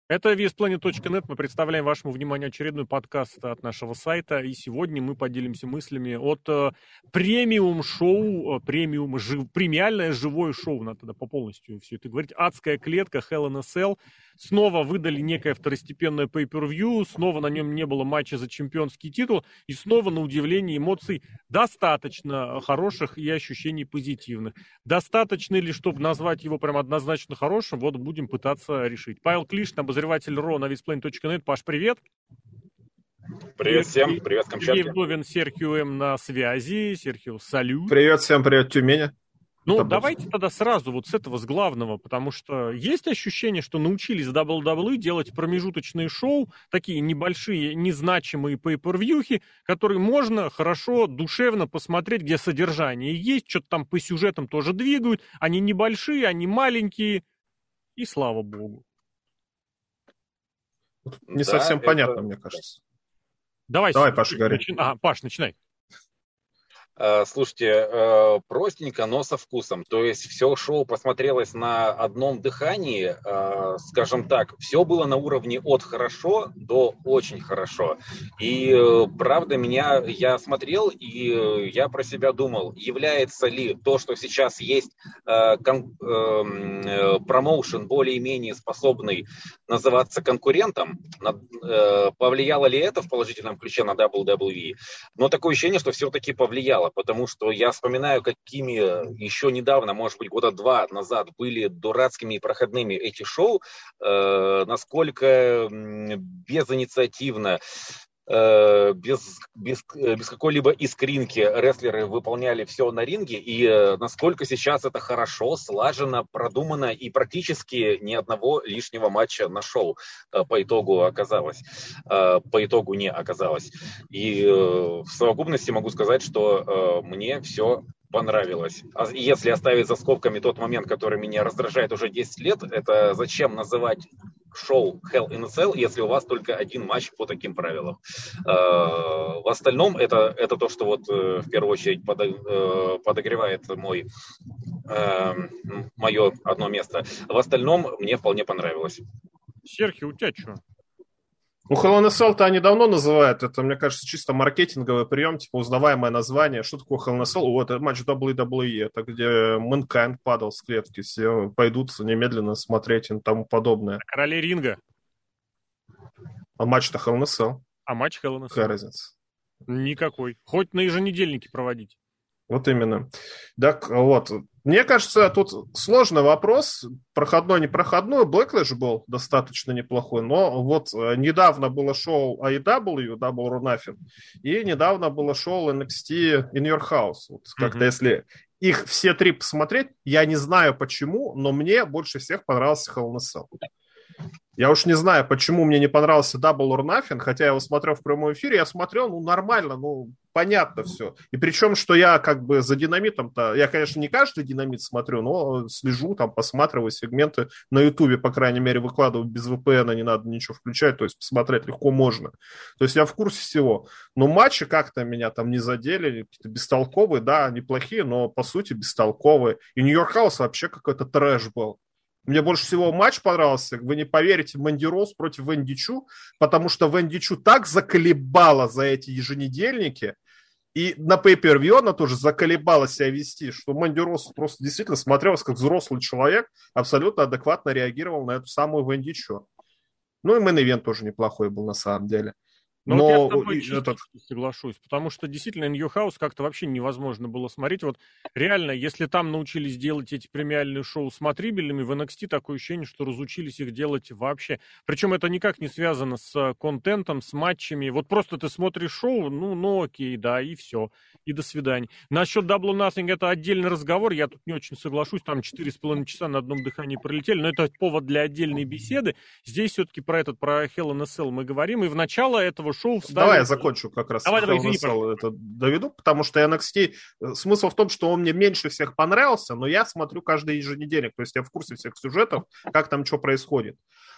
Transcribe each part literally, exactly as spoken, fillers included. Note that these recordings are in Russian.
Это ви эс планет точка нет. Мы представляем вашему вниманию очередной подкаст от нашего сайта. И сегодня мы поделимся мыслями от э, премиум-шоу, э, премиум, жив, премиальное живое шоу, надо тогда по полностью все это говорить. Адская клетка, Hell in a Cell. Снова выдали некое второстепенное pay-per-view, снова на нем не было матча за чемпионский титул, и снова, на удивление, эмоций достаточно хороших и ощущений позитивных. Достаточно ли, чтобы назвать его прям однозначно хорошим, вот будем пытаться решить. Павел Клишин, обозреватель РО на ви эс планет точка нет. Паш, привет. Привет всем, привет, Камчатки. Сергей Вдовин, Серхио М на связи. Серхио, салют. Привет всем, привет, Тюмени. Ну, Это давайте будет. тогда сразу вот с этого, с главного, потому что есть ощущение, что научились дабл ю дабл ю и делать промежуточные шоу, такие небольшие, незначимые pay-per-view'хи, которые можно хорошо, душевно посмотреть, где содержание есть, что-то там по сюжетам тоже двигают, они небольшие, они маленькие, и слава богу. Не Да, совсем это- понятно, мне кажется. Давай, Давай, Сергей, Паша, говори. начи- А, Паш, начинай. Э, Слушайте, э, простенько, но со вкусом. То есть все шоу посмотрелось на одном дыхании, э, скажем так, все было на уровне от хорошо до очень хорошо. И э, правда, меня я смотрел, и э, я про себя думал, является ли то, что сейчас есть э, кон- эм, э, промоушен более-менее способный называться конкурентом, на- э, повлияло ли это в положительном ключе на дабл ю дабл ю и? Но такое ощущение, что все-таки повлияло, потому что я вспоминаю, какими еще недавно, может быть, года два назад были дурацкими и проходными эти шоу, э, насколько м, безинициативно, э, без, без, э, без какой-либо искринки рестлеры выполняли все на ринге, и э, насколько сейчас это хорошо, слаженно, продумано, и практически ни одного лишнего матча на шоу э, по итогу оказалось, э, по итогу не оказалось. И э, в совокупности могу сказать, что э, мне все понравилось. А если оставить за скобками тот момент, который меня раздражает уже десять лет, это зачем называть шоу Hell in a Cell, если у вас только один матч по таким правилам. Э, В остальном это, это то, что вот э, в первую очередь подо- э, подогревает мой, э, мое одно место. В остальном мне вполне понравилось. Серхио, у тебя что? Ну, Hell in a Cell-то они давно называют. Это, мне кажется, чисто маркетинговый прием, типа узнаваемое название. Что такое Hell in a Cell? Вот, это матч дабл ю дабл ю и. Это где Mankind падал с клетки. Все пойдут немедленно смотреть и тому подобное. Короли ринга. А матч-то Hell in a Cell. А матч Hell in a Cell? Какая разница? Никакой. Хоть на еженедельнике проводить. Вот именно. Так вот, мне кажется, тут сложный вопрос, проходной, непроходной. Backlash был достаточно неплохой, но вот э, недавно было шоу эй и дабл ю, Double or Nothing, и недавно было шоу эн экс ти In Your House. Вот как-то Мгм. если их все три посмотреть, я не знаю почему, но мне больше всех понравился Hell in a Cell. Я уж не знаю, почему мне не понравился Double or Nothing, хотя я его смотрел в прямом эфире, я смотрел, ну, нормально, ну, понятно все. И причем, что я как бы за динамитом-то, я, конечно, не каждый динамит смотрю, но слежу, там, посматриваю сегменты на Ютубе, по крайней мере, выкладываю без ви пи эн, не надо ничего включать, то есть посмотреть легко можно. То есть я в курсе всего. Но матчи как-то меня там не задели, какие-то бестолковые, да, неплохие, но по сути бестолковые. И Нью-Йорк Хаус вообще какой-то трэш был. Мне больше всего матч понравился, вы не поверите, Мэнди Роуз против Венди Чу, потому что Венди Чу так заколебала за эти еженедельники, и на pay-per-view она тоже заколебала себя вести, что Мэнди Роуз просто действительно смотрелся как взрослый человек, абсолютно адекватно реагировал на эту самую Венди Чу. Ну и мейн-ивент тоже неплохой был на самом деле. Ну, Но вот я с тобой и частично этот... соглашусь, потому что действительно Нью Хаус как-то вообще невозможно было смотреть. Вот реально, если там научились делать эти премиальные шоу смотрибельными, в эн экс ти такое ощущение, что разучились их делать вообще. Причем это никак не связано с контентом, с матчами. Вот просто ты смотришь шоу, ну, ну окей, да, и все. И до свидания. Насчет Double or Nothing это отдельный разговор, я тут не очень соглашусь, там четыре с половиной часа на одном дыхании пролетели, но это повод для отдельной беседы. Здесь все-таки про этот, про Hell in a Cell мы говорим, и в начало этого шоу вставили... Давай я закончу как раз. Давай, давай, извини, это доведу, потому что эн экс ти, смысл в том, что он мне меньше всех понравился, но я смотрю каждый еженедельник, то есть я в курсе всех сюжетов, как там что происходит.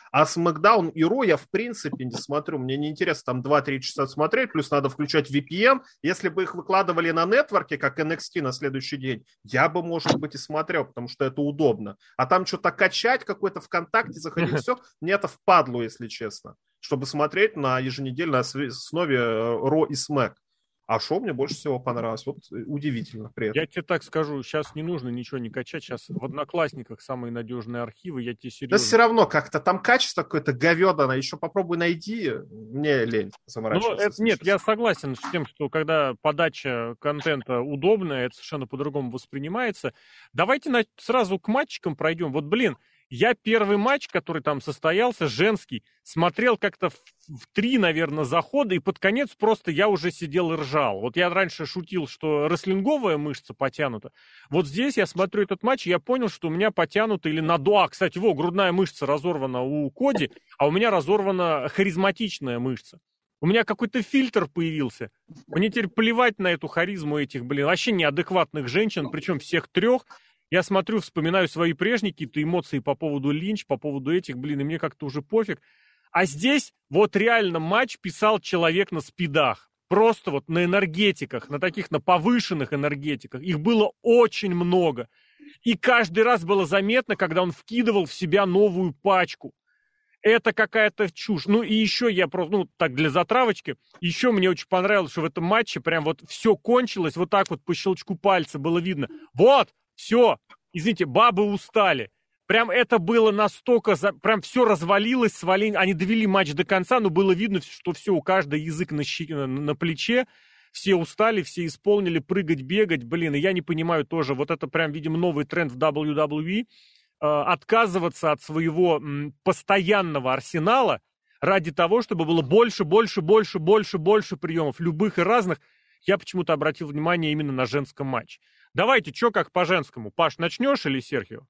А SmackDown и Raw я в принципе не смотрю. Мне неинтересно там два-три часа смотреть, плюс надо включать ви пи эн. Если бы их выкладывали на нетворке, как эн экс ти на следующий день, я бы, может быть, и смотрел, потому что это удобно. А там что-то качать какой-то ВКонтакте, заходить, все, мне это впадло, если честно, чтобы смотреть на еженедельной основе Raw и Smack. А шоу мне больше всего понравилось. Вот удивительно при этом. Я тебе так скажу, сейчас не нужно ничего не качать. Сейчас в Одноклассниках самые надежные архивы, я тебе серьезно... Да все равно как-то там качество какое-то говёдано. Еще попробуй найди. Мне лень заморачиваться. Ну, это, нет, я согласен с тем, что когда подача контента удобная, это совершенно по-другому воспринимается. Давайте на... сразу к матчикам пройдем. Вот, блин, я первый матч, который там состоялся, женский, смотрел как-то в, в три, наверное, захода, и под конец просто я уже сидел и ржал. Вот я раньше шутил, что рестлинговая мышца потянута. Вот здесь я смотрю этот матч, и я понял, что у меня потянута или надуа. Кстати, во, грудная мышца разорвана у Коди, а у меня разорвана харизматичная мышца. У меня какой-то фильтр появился. Мне теперь плевать на эту харизму этих, блин, вообще неадекватных женщин, причем всех трех. Я смотрю, вспоминаю свои прежние какие-то эмоции по поводу Линч, по поводу этих, блин, и мне как-то уже пофиг. А здесь вот реально матч писал человек на спидах. Просто вот на энергетиках, на таких, на повышенных энергетиках. Их было очень много. И каждый раз было заметно, когда он вкидывал в себя новую пачку. Это какая-то чушь. Ну и еще я просто, ну так для затравочки, еще мне очень понравилось, что в этом матче прям вот все кончилось, вот так вот по щелчку пальца было видно. Вот! Все, извините, бабы устали. Прям это было настолько, прям все развалилось, свалили. Они довели матч до конца, но было видно, что все, у каждого язык на, щи, на, на плече. Все устали, все исполнили прыгать, бегать. Блин, и я не понимаю тоже, вот это прям, видимо, новый тренд в дабл ю дабл ю и. Э, отказываться от своего м, постоянного арсенала ради того, чтобы было больше, больше, больше, больше, больше приемов, любых и разных. Я почему-то обратил внимание именно на женском матче. Давайте, что как по женскому? Паш, начнешь или Серхио?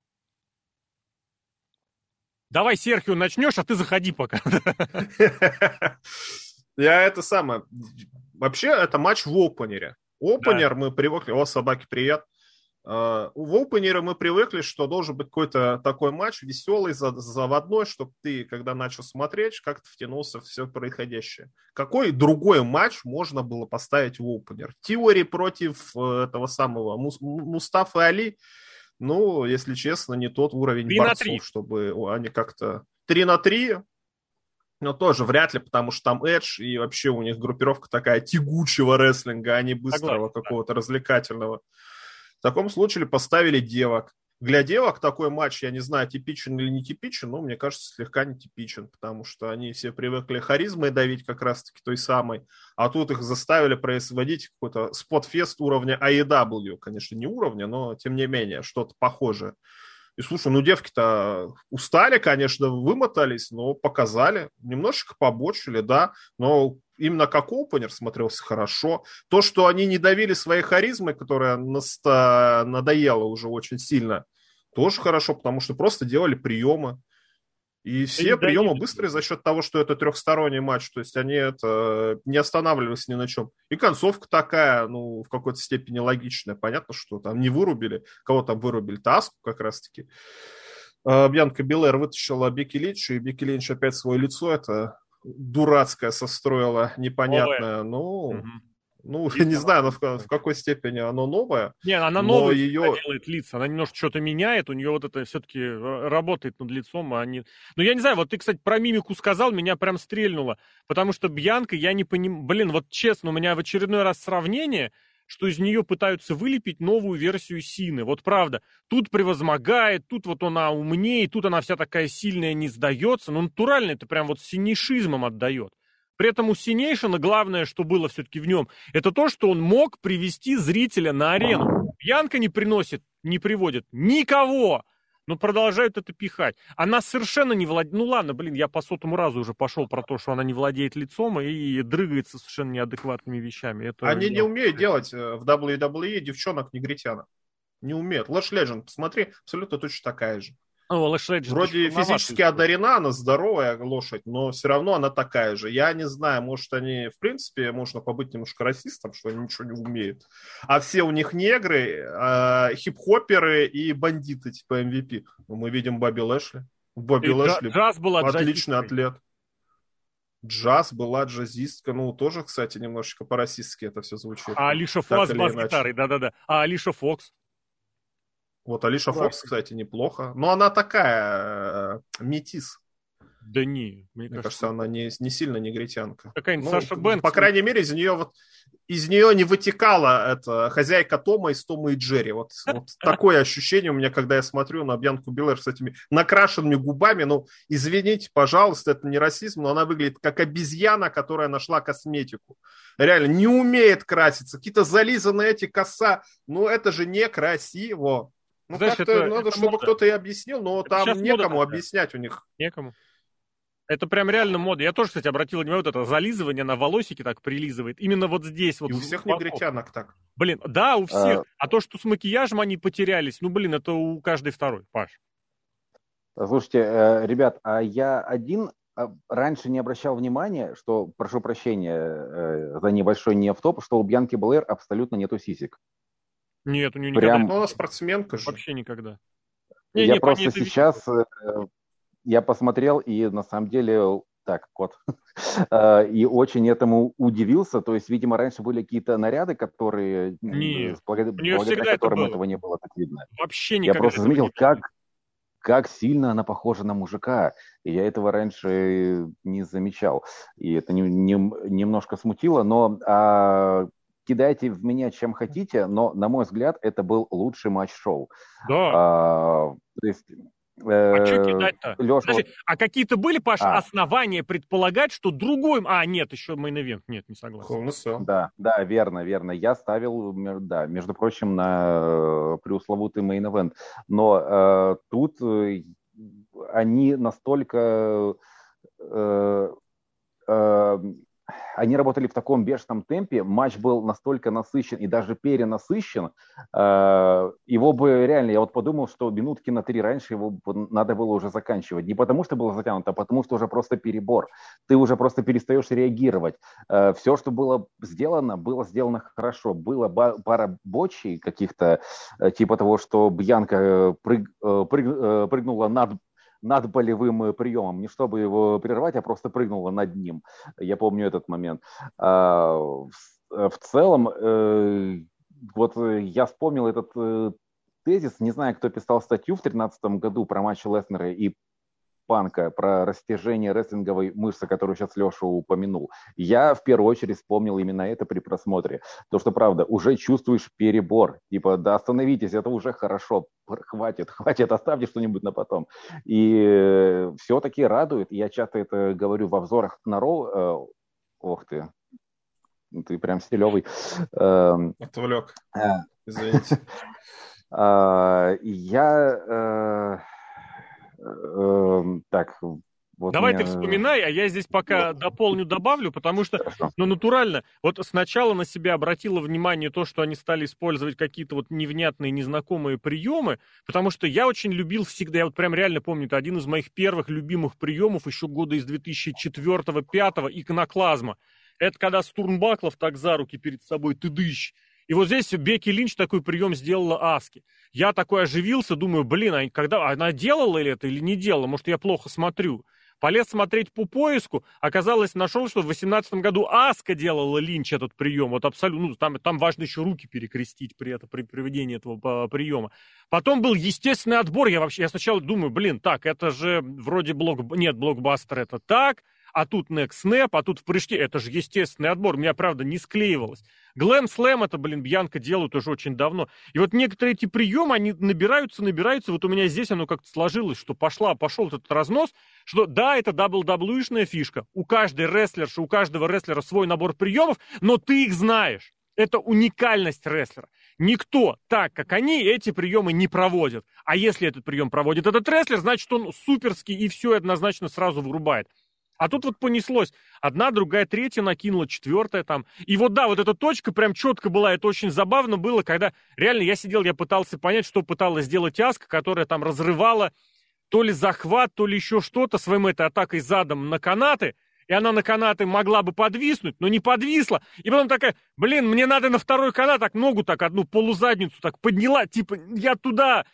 Давай, Серхио, начнешь, а ты заходи пока. Я это самое... Вообще, это матч в опенере. Опенер мы привыкли... О, собаки, привет. В опенере мы привыкли, что должен быть какой-то такой матч веселый, заводной, чтобы ты, когда начал смотреть, как-то втянулся в все происходящее. Какой другой матч можно было поставить в опенер? Теори против этого самого Мустафы Али, ну, если честно, не тот уровень борцов, чтобы они как-то... три на три, но тоже вряд ли, потому что там Эдж, и вообще у них группировка такая тягучего рестлинга, а не быстрого какого-то развлекательного. В таком случае поставили девок. Для девок такой матч, я не знаю, типичен или не типичен, но мне кажется, слегка не типичен, потому что они все привыкли харизмой давить как раз-таки той самой, а тут их заставили производить какой-то спотфест уровня эй и дабл ю. Конечно, не уровня, но тем не менее, что-то похожее. И слушай, ну девки-то устали, конечно, вымотались, но показали, немножечко побочили, да, но именно как опенер смотрелся хорошо. То, что они не давили своей харизмой, которая наста... надоела уже очень сильно, тоже хорошо, потому что просто делали приемы. И все и приемы давили. Быстрые за счет того, что это трехсторонний матч, то есть они это не останавливались ни на чем. И концовка такая, ну, в какой-то степени логичная. Понятно, что там не вырубили. Кого там вырубили? Таску как раз-таки. Бьянка Белэр вытащила Бекки Линч, и Бекки Линч опять свое лицо это дурацкое состроила, непонятное. Ну, угу. ну не знаю, но в, в какой степени оно новое. Не, она новая ее... делает лица, она немножко что-то меняет, у нее вот это все-таки работает над лицом, а не... Ну, я не знаю, вот ты, кстати, про мимику сказал, меня прям стрельнуло, потому что Бьянка, я не понимаю... Блин, вот честно, у меня в очередной раз сравнение, что из нее пытаются вылепить новую версию Сины. Вот правда, тут превозмогает, тут вот она умнее, тут она вся такая сильная, не сдается. Но натурально это прям вот синейшизмом отдает. При этом у Синейшина главное, что было все-таки в нем, это то, что он мог привести зрителя на арену. Бьянка не приносит, не приводит никого, но продолжают это пихать. Она совершенно не владеет... Ну ладно, блин, я по сотому разу уже пошел про то, что она не владеет лицом и дрыгается совершенно неадекватными вещами. Это... Они не умеют делать в дабл ю дабл ю и девчонок-негритянок. Не умеют. Лэш Ледженд, посмотри, абсолютно точно такая же. О, Лэш Ледженд вроде физически одарена, она здоровая лошадь, но все равно она такая же. Я не знаю, может, они, в принципе, можно побыть немножко расистом, что они ничего не умеют. А все у них негры, э, хип-хоперы и бандиты, типа эм ви пи. Но мы видим Бобби Лэшли. Бобби И Лэшли Джаз была отличный джазисткой. атлет. Джаз была джазистка, ну, тоже, кстати, немножечко по-российски это все звучит. А Алиша Так Фокс или бас-гитарой, иначе. да-да-да. А Алиша Фокс? Вот Алиша Да. Фокс, кстати, неплохо. Но она такая, э, метис. Да не, мне, Мне кажется, кажется, она не, не сильно негритянка. какая-нибудь Ну, Саша Бэнкс. по крайней мере, из нее вот из нее не вытекала эта хозяйка Тома из Тома и Джерри. Вот, вот такое ощущение у меня, когда я смотрю на Бьянку Белэр с этими накрашенными губами. Ну, извините, пожалуйста, это не расизм, но она выглядит как обезьяна, которая нашла косметику. Реально, не умеет краситься. Какие-то зализанные эти коса. Ну, это же некрасиво. Ну, Знаешь, как-то это- надо, это чтобы мода. кто-то и объяснил, но Это щас там мода некому такая. объяснять у них. Некому. Это прям реально мода. Я тоже, кстати, обратил внимание, вот это зализывание на волосики так прилизывает. Именно вот здесь. Вот И у в- всех в боках. негритянок так. Блин, да, у всех. А- А то, что с макияжем они потерялись, ну, блин, это у каждой второй, Паш. Слушайте, э, ребят, а я один а, раньше не обращал внимания, что, прошу прощения э, за небольшой не автоп, что у Бьянки Белэр абсолютно нету сисек. Нет, у нее Прям- никогда. Ну, она спортсменка же. Вообще никогда. Я Не, не, просто по ней это сейчас э, я посмотрел и на самом деле так кот э, и очень этому удивился. То есть, видимо, раньше были какие-то наряды, которые м, Нет, с благо- у неё всегда благодаря это которым было. этого не было так видно. Вообще Я никогда. просто этого заметил, не было. как как сильно она похожа на мужика. И я этого раньше не замечал. И это не- не- немножко смутило, но а, кидайте в меня чем хотите, но, на мой взгляд, это был лучший матч шоу. Да. А, то есть, А что кидать-то? Леша, Подожди, а какие-то были, Паш, А. основания предполагать, что другой... А, нет, еще мейн-эвент. Нет, не согласен. Hell in a Cell. да, да, верно, верно. Я ставил, м, да, между прочим, на э, преусловутый мейн-эвент. Но э, тут э, они настолько... э, э, они работали в таком бешеном темпе, матч был настолько насыщен и даже перенасыщен, э, его бы реально, я вот подумал, что минутки на три раньше его бы надо было уже заканчивать. Не потому, что было затянуто, а потому, что уже просто перебор. Ты уже просто перестаешь реагировать. Э, все, что было сделано, было сделано хорошо. Было ба- пара бочей каких-то, э, типа того, что Бьянка э, прыг- э, прыг- э, прыгнула над над болевым э, приемом, не чтобы его прервать, а просто прыгнула над ним. Я помню этот момент. А, в, в целом, э, вот э, я вспомнил этот э, тезис, не знаю, кто писал статью в две тысячи тринадцатом году про матч Леснера и Панка, про растяжение рестлинговой мышцы, которую сейчас Леша упомянул. Я в первую очередь вспомнил именно это при просмотре. То, что правда, уже чувствуешь перебор. Типа, да остановитесь, это уже хорошо. Хватит, хватит, оставьте что-нибудь на потом. И э, все-таки радует. Я часто это говорю в обзорах на Роу. Э, ох ты, ты прям стилевый. Э, Отвлек. э, Извините. э, я... Э, э, так, вот Давай меня- ты вспоминай, а я здесь пока дополню, добавлю, потому что, Хорошо. ну, натурально, вот сначала на себя обратило внимание то, что они стали использовать какие-то вот невнятные, незнакомые приемы, потому что я очень любил всегда, я вот прям реально помню, это один из моих первых любимых приемов еще года из две тысячи четвёртого-пятого, иконоклазма. Это когда Стурнбаклов так за руки перед собой тыдыщ. И вот здесь Бекки Линч такой прием сделала Аски. Я такой оживился, думаю, блин, а когда она делала ли это или не делала? Может, я плохо смотрю. Полез смотреть по поиску, оказалось, нашел, что в восемнадцатом году Аска делала Линч этот прием. Вот абсолютно, ну, там, там важно еще руки перекрестить при, это, при проведении этого а, приема. Потом был естественный отбор. Я вообще, я сначала думаю, блин, так, это же вроде блок... Нет, блокбастер это так, а тут neck snap, а тут в прыжке. Это же естественный отбор. У меня, правда, не склеивалось. Глэм слэм это, блин, Бьянка делают уже очень давно. И вот некоторые эти приемы, они набираются, набираются. Вот у меня здесь оно как-то сложилось, что пошла, пошел этот разнос, что да, это дабл дабл ю и-шная фишка. У каждой рестлерши, у каждого рестлера свой набор приемов, но ты их знаешь. Это уникальность рестлера. Никто так, как они, эти приемы не проводит. А если этот прием проводит этот рестлер, значит, он суперский и все однозначно сразу вырубает. А тут вот понеслось. Одна, другая, третья накинула, четвертая там. И вот да, вот эта точка прям четко была. Это очень забавно было, когда реально я сидел, я пытался понять, что пыталась сделать Аска, которая там разрывала то ли захват, то ли еще что-то своим этой атакой задом на канаты. И она на канаты могла бы подвиснуть, но не подвисла. И потом такая, блин, мне надо на второй канат, так ногу так одну полузадницу так подняла. Типа я туда...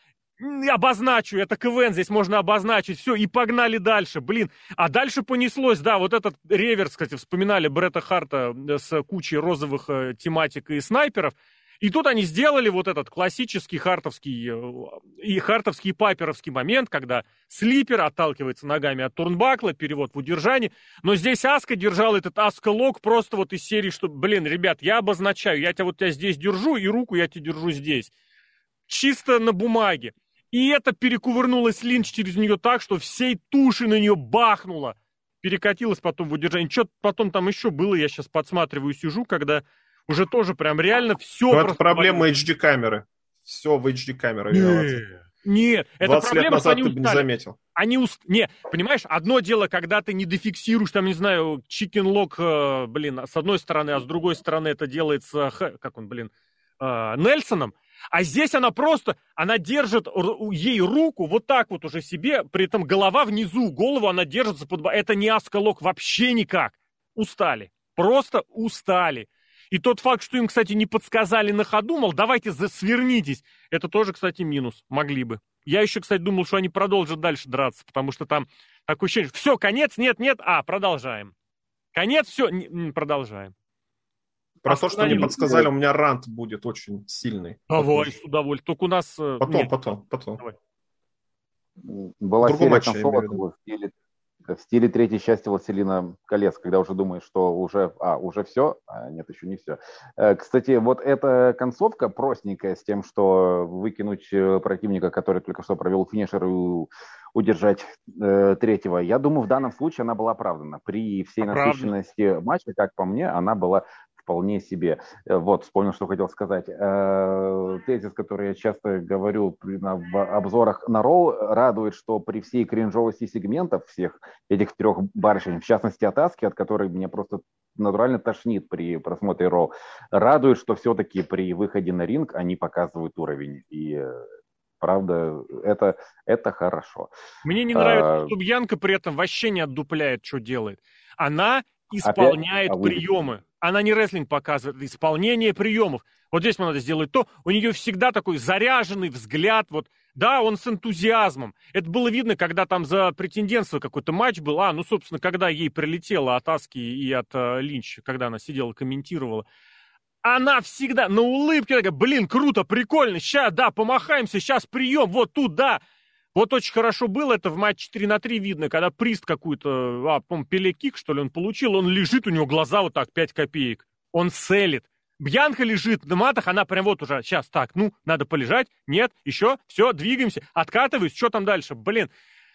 обозначу, это КВН, здесь можно обозначить, все, и погнали дальше, блин. А дальше понеслось, да, вот этот реверс, кстати, вспоминали Бретта Харта с кучей розовых э, тематик и снайперов, и тут они сделали вот этот классический хартовский и хартовский и пайперовский момент, когда слипер отталкивается ногами от турнбакла, перевод в удержании. Но здесь Аска держал этот Аска-лок просто вот из серии, что, блин, ребят, я обозначаю, я тебя вот тебя здесь держу, и руку я тебе держу здесь. Чисто на бумаге. И это перекувырнулось Линч через нее так, что всей туши на нее бахнуло. Перекатилось потом в удержании. Что-то потом там еще было, я сейчас подсматриваю, сижу, когда... Уже тоже прям реально все... Это проблема эйч ди-камеры. Все в эйч ди-камеры виноваты. Нет, это двадцать проблема, лет назад что они ты бы не устали. заметил. Они уст... Не, понимаешь, одно дело, когда ты не дефиксируешь, там, не знаю, чикен-лок, э, блин, с одной стороны, а с другой стороны это делается, х... как он, блин, э, Нельсоном. А здесь она просто, она держит р- ей руку вот так вот уже себе, при этом голова внизу, голову она держится под... Это не Аска-лок вообще никак. Устали. Просто устали. И тот факт, что им, кстати, не подсказали на ходу, мол, давайте засвернитесь, это тоже, кстати, минус. Могли бы. Я еще, кстати, думал, что они продолжат дальше драться, потому что там такое ощущение, все, конец, нет, нет, а, продолжаем. Конец, все, не, продолжаем. Про то, что мне подсказали, у меня рант будет очень сильный. Давай, с удовольствием. Только у нас... Потом, нет. потом, потом. Давай. Была серия концовок в стиле... В стиле третьей части «Властелина колец», когда уже думаешь, что уже, а, уже все, а нет, еще не все. Кстати, вот эта концовка простенькая с тем, что выкинуть противника, который только что провел финишер, и удержать э, третьего, я думаю, в данном случае она была оправдана. При всей насыщенности матча, как по мне, она была вполне себе. Вот, вспомнил, что хотел сказать. Э, тезис, который я часто говорю при, на, в обзорах на Роу, радует, что при всей кринжовости сегментов всех этих трех барышень, в частности от Аски, от которой меня просто натурально тошнит при просмотре Роу, радует, что все-таки при выходе на ринг они показывают уровень. И правда, это, это хорошо. Мне не нравится, а, что Бьянка при этом вообще не отдупляет, что делает. Она исполняет опять? приемы. Она не рестлинг показывает, исполнение приемов. Вот здесь мне надо сделать то. У нее всегда такой заряженный взгляд. Вот, да, он с энтузиазмом. Это было видно, когда там за претендентство какой-то матч был. А, ну, собственно, когда ей прилетело от Аски и от uh, Линч, когда она сидела, комментировала. Она всегда на улыбке такая, блин, круто, прикольно, сейчас, да, помахаемся, сейчас прием, вот тут, да. Вот очень хорошо было это в матче четыре на три видно, когда Прист какую-то, а, по-моему, пеле-кик, что ли, он получил, он лежит, у него глаза вот так, пять копеек, он селит. Бьянка лежит на матах, она прям вот уже, сейчас, так, ну, надо полежать, нет, еще, все, двигаемся, откатываюсь, что там дальше, блин.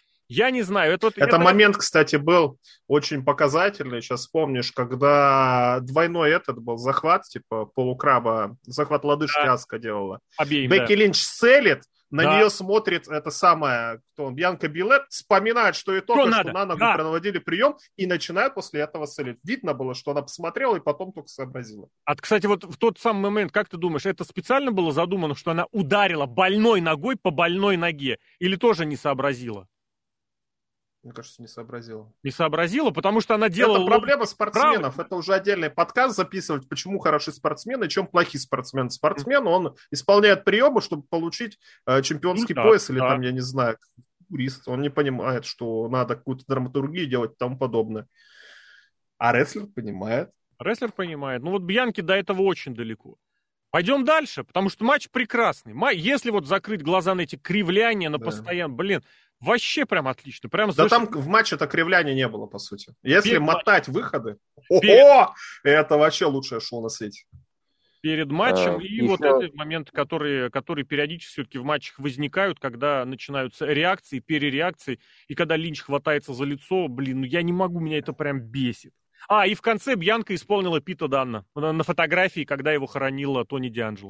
Я не знаю. Это, это, это момент, кстати, был очень показательный. Сейчас вспомнишь, когда двойной этот был захват, типа полукраба, захват лодыжки да. Аска делала. Обеим, Бекки да. Линч селит, на да. нее смотрит это самое, кто он, Бьянка Билет, вспоминает, что и только что, что на ногу да. проводили прием, и начинает после этого селить. Видно было, что она посмотрела и потом только сообразила. А, кстати, вот в тот самый момент, как ты думаешь, это специально было задумано, что она ударила больной ногой по больной ноге? Или тоже не сообразила? Мне кажется, не сообразила. Не сообразила, потому что она делала... Это проблема спортсменов. Правый. Это уже отдельный подкаст записывать, почему хорошие спортсмены и чем плохие спортсмены. Спортсмен, он исполняет приемы, чтобы получить э, чемпионский ну, пояс, да, или да. там, я не знаю, юрист. Он не понимает, что надо какую-то драматургию делать и тому подобное. А рестлер понимает. Рестлер понимает. Ну вот Бьянки до этого очень далеко. Пойдем дальше, потому что матч прекрасный. Если вот закрыть глаза на эти кривляния, на да. постоянно, блин... Вообще прям отлично. Прям да там в матче-то кривляния не было, по сути. Если Перед мотать матчем. выходы, Перед... ого, это вообще лучшее шоу на свете. Перед матчем. А, и еще... вот эти моменты, которые, которые периодически все-таки в матчах возникают, когда начинаются реакции, перереакции, и когда Линч хватается за лицо, блин, ну я не могу, меня это прям бесит. А, и в конце Бьянка исполнила Пита Данна на фотографии, когда его хоронила Тони Дианджело.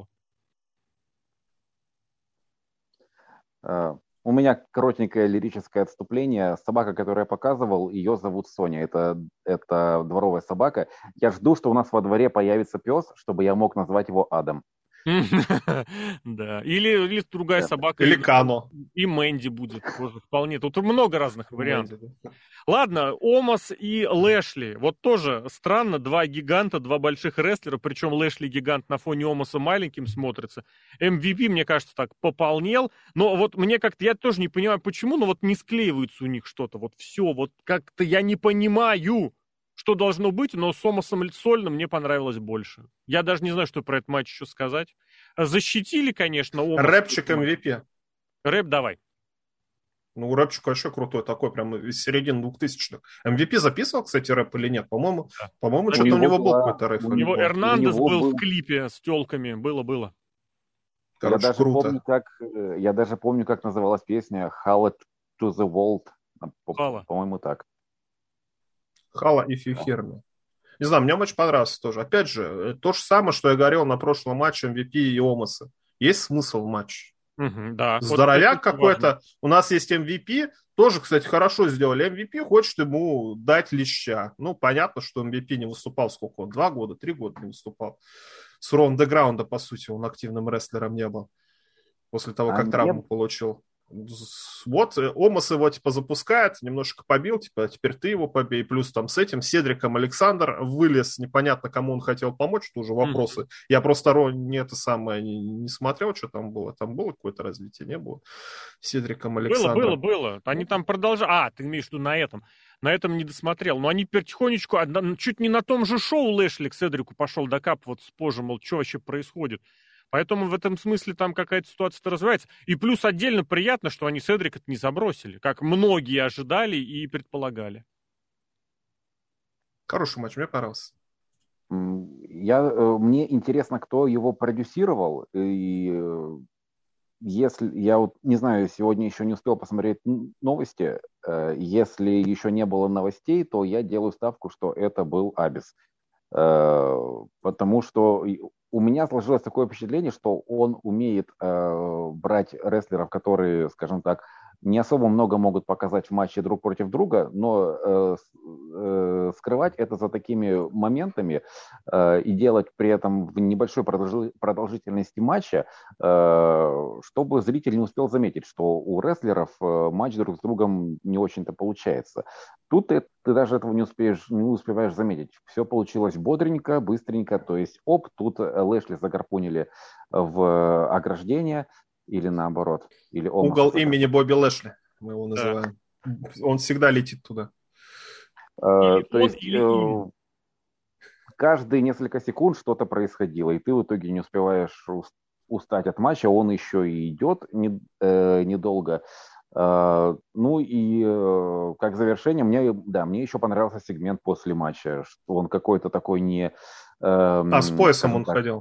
А... У меня коротенькое лирическое отступление. Собака, которую я показывал, ее зовут Соня. Это, это дворовая собака. Я жду, что у нас во дворе появится пес, чтобы я мог назвать его Адам. Да. Или, или другая собака. Или Кано. И Мэнди будет тоже вполне. Тут много разных вариантов. Ладно, Омос и Лэшли. Вот тоже странно. Два гиганта, два больших рестлера. Причем Лэшли гигант на фоне Омоса маленьким смотрится. эм ви пи, мне кажется, так пополнел. Но вот мне как-то, я тоже не понимаю, почему, но вот не склеивается у них что-то. Вот все, вот как-то я не понимаю, что должно быть, но с Омосом Сольным мне понравилось больше. Я даже не знаю, что про этот матч еще сказать. Защитили, конечно, Омос. Рэпчик эм ви пи. Рэп давай. Ну, рэпчик вообще крутой, такой прям из середины двухтысячных. эм ви пи записывал, кстати, рэп или нет? По-моему, да. по-моему, что-то у него был какой-то рэп. У него Эрнандес был, был в клипе с телками. Было-было. Короче, я даже круто. помню, как я даже помню, как называлась песня Hall to the World. По- по-моему, так. Хала и Фьюхерми. Не знаю, мне очень понравился тоже. Опять же, то же самое, что я говорил на прошлом матче эм ви пи и Омаса. Есть смысл в матче. Угу, да. Здоровяк вот какой-то. Важно. У нас есть эм ви пи. Тоже, кстати, хорошо сделали. эм ви пи хочет ему дать леща. Ну, понятно, что эм ви пи не выступал сколько он? Два года, три года не выступал. С Ро Андеграунда, по сути, он активным рестлером не был. После того, как а травму нет. получил. Вот, Омас его, типа, запускает, немножко побил, типа, теперь ты его побей. Плюс там с этим Седриком Александр вылез, непонятно, кому он хотел помочь, тоже вопросы. Mm-hmm. Я просто Ро не это самое не, не смотрел, что там было. Там было какое-то развитие, не было? Седриком Александром. Было, было, было. Они там продолжали. А, ты имеешь в виду на этом. На этом не досмотрел. Но они потихонечку, чуть не на том же шоу Лэшли к Седрику пошел докапываться позже, мол, что вообще происходит. Поэтому в этом смысле там какая-то ситуация-то развивается. И плюс отдельно приятно, что они Седрика не забросили, как многие ожидали и предполагали. Хороший матч, мне понравился. Я, мне интересно, кто его продюсировал. И если, я вот не знаю, сегодня еще не успел посмотреть новости. Если еще не было новостей, то я делаю ставку, что это был Абис. Потому что у меня сложилось такое впечатление, что он умеет э, брать рестлеров, которые, скажем так, не особо много могут показать в матче друг против друга, но э, э, скрывать это за такими моментами э, и делать при этом в небольшой продолжительности матча, э, чтобы зритель не успел заметить, что у рестлеров э, матч друг с другом не очень-то получается. Тут ты, ты даже этого не успеешь, не успеваешь заметить. Все получилось бодренько, быстренько, то есть оп, тут Лэшли загарпунили в ограждение, или наоборот. Или угол имени Бобби Лэшли, мы его называем. Да. Он всегда летит туда. Э, то есть э, каждые несколько секунд что-то происходило, и ты в итоге не успеваешь устать от матча, он еще и идет не, э, недолго. Uh, ну и uh, как завершение, мне, да, мне еще понравился сегмент после матча, что он какой-то такой не... Uh, а с поясом он так... ходил.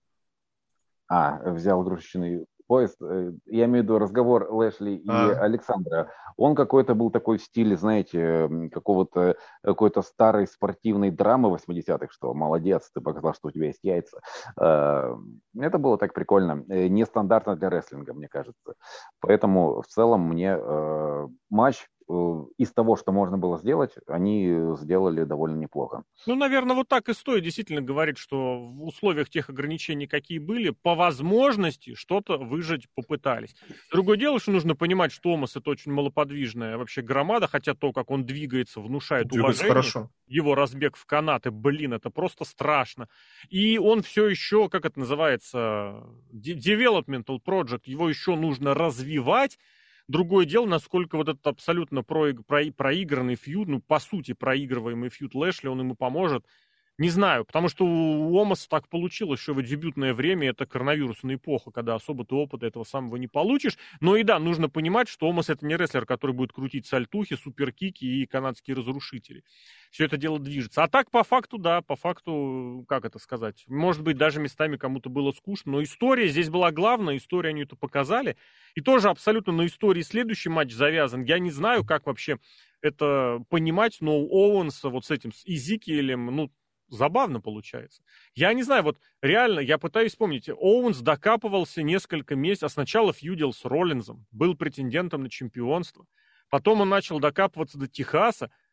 А, взял игрушечный пояс. Я имею в виду разговор Лэшли и а. Александра. Он какой-то был такой в стиле, знаете, какого-то какой-то старой спортивной драмы восьмидесятых, что молодец, ты показал, что у тебя есть яйца. Это было так прикольно. Нестандартно для рестлинга, мне кажется. Поэтому в целом мне матч из того, что можно было сделать, они сделали довольно неплохо. Ну, наверное, вот так и стоит действительно говорить, что в условиях тех ограничений, какие были, по возможности что-то выжать попытались. Другое дело, что нужно понимать, что Омас — это очень малоподвижная вообще громада, хотя то, как он двигается, внушает двигается уважение. Хорошо. Его разбег в канаты, блин, это просто страшно. И он все еще, как это называется, developmental project, его еще нужно развивать. Другое дело, насколько вот этот абсолютно проиг- про- проигранный фьюд, ну, по сути, проигрываемый фьюд Лэшли, он ему поможет. Не знаю, потому что у Омаса так получилось, что в дебютное время это коронавирусная эпоха, когда особо ты опыта этого самого не получишь. Но и да, нужно понимать, что Омас — это не рестлер, который будет крутить сальтухи, суперкики и канадские разрушители. Все это дело движется. А так, по факту, да, по факту, как это сказать, может быть, даже местами кому-то было скучно, но история здесь была главная, историю они это показали. И тоже абсолютно на истории следующий матч завязан. Я не знаю, как вообще это понимать, но у Оуэнса вот с этим, с Изикиэлем, ну, забавно получается. Я не знаю, вот реально, я пытаюсь вспомнить. Оуэнс докапывался несколько месяцев, а сначала фьюдил с Роллинзом, был претендентом на чемпионство. Потом он начал докапываться до Техаса,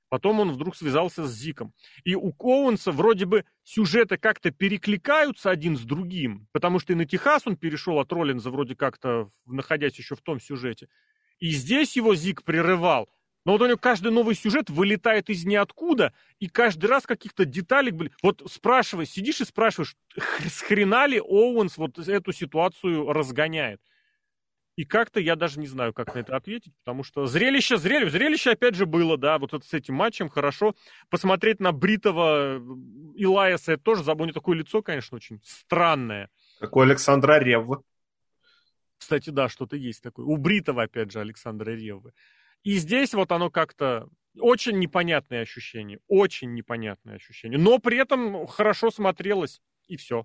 Потом он вдруг связался с Зиком. И у Оуэнса вроде бы сюжеты как-то перекликаются один с другим, потому что и на Техас он перешел от Роллинза вроде как-то, находясь еще в том сюжете. И здесь его Зик прерывал. Но вот у него каждый новый сюжет вылетает из ниоткуда, и каждый раз каких-то деталей... Блин, вот спрашивай, сидишь и спрашиваешь, с хрена ли Оуэнс вот эту ситуацию разгоняет? И как-то я даже не знаю, как на это ответить, потому что зрелище, зрелище, зрелище опять же было, да, вот это с этим матчем хорошо. Посмотреть на бритого Илайаса, это тоже, у него такое лицо, конечно, очень странное. Как у Александра Реввы. Кстати, да, что-то есть такое. У бритого, опять же, Александра Реввы. И здесь вот оно как-то очень непонятное ощущение, очень непонятное ощущение, но при этом хорошо смотрелось, и все.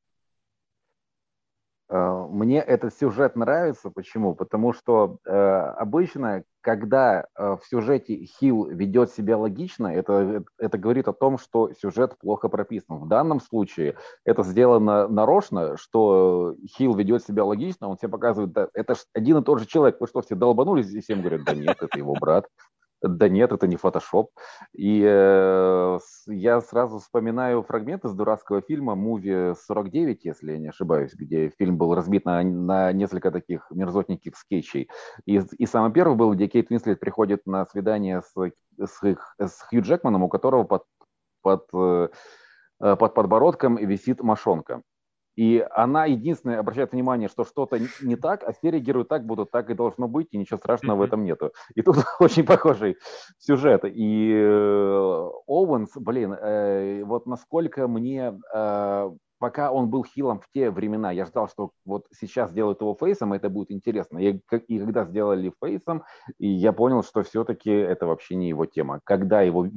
Мне этот сюжет нравится. Почему? Потому что э, обычно, когда э, в сюжете Хилл ведет себя логично, это, это говорит о том, что сюжет плохо прописан. В данном случае это сделано нарочно, что Хилл ведет себя логично, он себе показывает, да, это ж один и тот же человек, вы что, все долбанулись, и всем говорят, да нет, это его брат. Да нет, это не фотошоп. И э, я сразу вспоминаю фрагмент из дурацкого фильма «Муви сорок девять», если я не ошибаюсь, где фильм был разбит на, на несколько таких мерзотненьких скетчей. И, и самый первый был, где Кейт Уинслет приходит на свидание с, с, их, с Хью Джекманом, у которого под, под, э, под подбородком висит мошонка. И она единственная обращает внимание, что что-то не так, а все реагируют так, будут так и должно быть, и ничего страшного в этом нету. И тут очень похожий сюжет. И э, Оуэнс, блин, э, вот насколько мне, э, пока он был хилом в те времена, я ждал, что вот сейчас сделают его фейсом, и это будет интересно. И, и когда сделали фейсом, и я понял, что все-таки это вообще не его тема. Когда его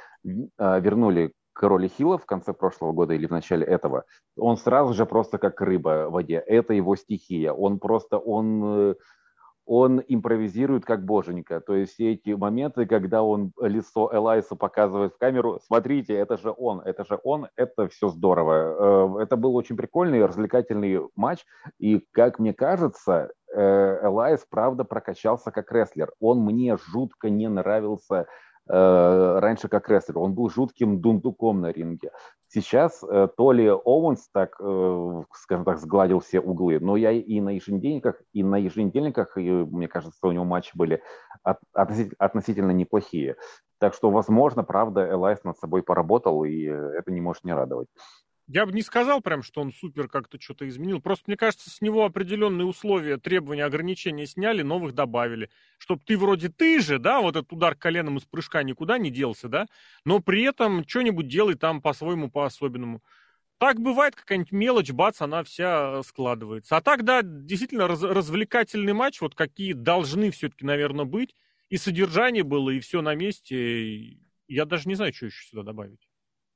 вернули к роли Хилла в конце прошлого года или в начале этого, он сразу же просто как рыба в воде. Это его стихия. Он просто, он, он импровизирует как боженька. То есть все эти моменты, когда он лицо Элайса показывает в камеру, смотрите, это же он, это же он, это все здорово. Это был очень прикольный, развлекательный матч. И, как мне кажется, Элайс, правда, прокачался как рестлер. Он мне жутко не нравился раньше как рестлер. Он был жутким дундуком на ринге. Сейчас э, то ли Оуэнс так, э, скажем так, сгладил все углы, но я и на еженедельниках, и на еженедельниках, и, мне кажется, у него матчи были от, относительно, относительно неплохие. Так что, возможно, правда, Элайс над собой поработал, и это не может не радовать. Я бы не сказал прям, что он супер как-то что-то изменил. Просто, мне кажется, с него определенные условия, требования, ограничения сняли, новых добавили. Чтоб ты вроде ты же, да, вот этот удар коленом из прыжка никуда не делся, да, но при этом что-нибудь делай там по-своему, по-особенному. Так бывает, какая-нибудь мелочь, бац, она вся складывается. А так, да, действительно раз- развлекательный матч, вот какие должны все-таки, наверное, быть. И содержание было, и все на месте. И я даже не знаю, что еще сюда добавить.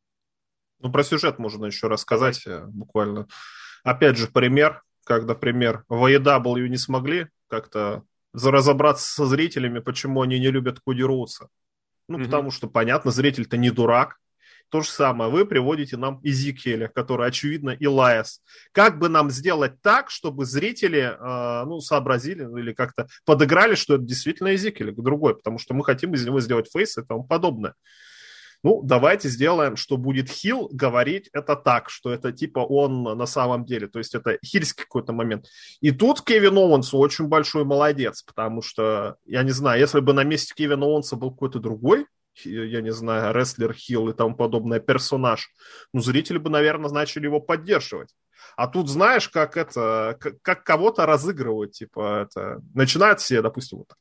Ну, про сюжет можно еще рассказать. Давай. Буквально. Опять же, пример, когда, например, в эй и дабл ю не смогли как-то разобраться со зрителями, почему они не любят Коди Роудса. Ну, угу. Потому что, понятно, зритель-то не дурак. То же самое, вы приводите нам Изикиэля, который, очевидно, Илайас. Как бы нам сделать так, чтобы зрители э, ну, сообразили или как-то подыграли, что это действительно Изикиэль, другой, потому что мы хотим из него сделать фейс и тому подобное. Ну, давайте сделаем, что будет Хилл говорить это так, что это типа он на самом деле, то есть это хильский какой-то момент. И тут Кевин Оуэнс очень большой молодец, потому что, я не знаю, если бы на месте Кевина Оуэнса был какой-то другой, я не знаю, рестлер Хилл и тому подобное персонаж, ну, зрители бы, наверное, начали его поддерживать. А тут, знаешь, как это, как, как кого-то разыгрывают, типа, это, начинают все, допустим, вот так.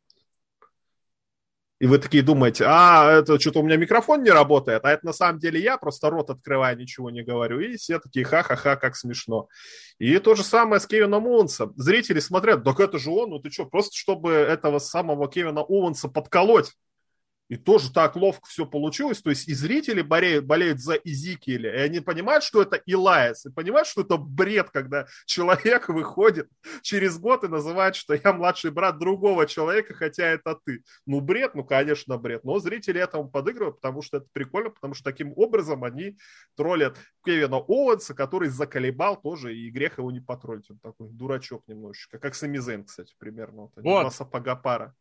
И вы такие думаете, а, это что-то у меня микрофон не работает, а это на самом деле я просто рот открываю, ничего не говорю. И все такие, ха-ха-ха, как смешно. И то же самое с Кевином Оуэнсом. Зрители смотрят, так это же он, ну ты что, просто чтобы этого самого Кевина Оуэнса подколоть. И тоже так ловко все получилось. То есть и зрители болеют, болеют за Изикиэля, и они понимают, что это Илайас, и понимают, что это бред, когда человек выходит через год и называет, что я младший брат другого человека, хотя это ты. Ну, бред, ну, конечно, бред. Но зрители этому подыгрывают, потому что это прикольно, потому что таким образом они троллят Кевина Оуэнса, который заколебал тоже, и грех его не потроллить. Он такой дурачок немножечко, как Сами Зейн, кстати, примерно. Вот, вот. Два сапога пара.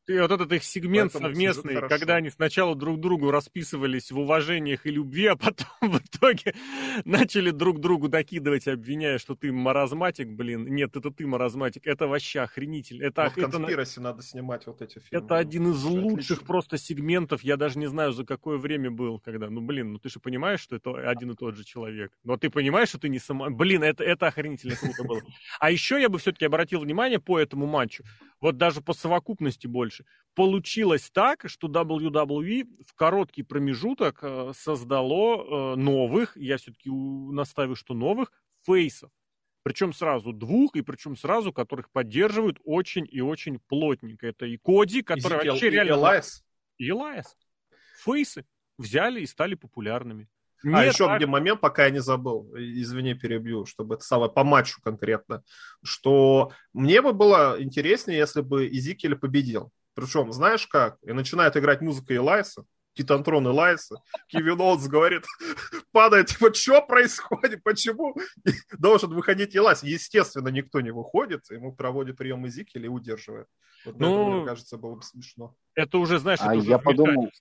И вот этот их сегмент Поэтому совместный, сюжет когда хорошо. они сначала друг другу расписывались в уважениях и любви, а потом в итоге начали друг другу накидывать, обвиняя, что ты маразматик, блин. Нет, это ты маразматик. Это вообще охренитель. Это, Вот это, Конспираси надо снимать вот эти фильмы. это один из Слушай, лучших отлично. просто сегментов. Я даже не знаю, за какое время был, когда... Ну, блин, ну ты же понимаешь, что это один и тот же человек. Но ты понимаешь, что ты не сама... Блин, это, это охренительно круто было. А еще я бы все-таки обратил внимание по этому матчу, вот даже по совокупности больше. Получилось так, что дабл ю дабл ю и в короткий промежуток э, создало э, новых, я все-таки наставлю, что новых, фейсов. Причем сразу двух, и причем сразу, которых поддерживают очень и очень плотненько. Это и Коди, который Изикел вообще и реально... Элайс. И Элайс. Фейсы взяли и стали популярными. А Не еще так- где момент, пока я не забыл, извини, перебью, чтобы это самое по матчу конкретно, что мне бы было интереснее, если бы Изикель победил. Причем, знаешь как? И начинает играть музыка Элайса, Титантрон Элайса, Кевин Оуэнс говорит, падает, типа, что происходит, почему должен выходить Элайс? Естественно, никто не выходит, ему проводит прием Изикеля и удерживает. Вот Ну, это, мне кажется, было бы смешно. Это уже, знаешь, А это уже я подумал, вмешательство.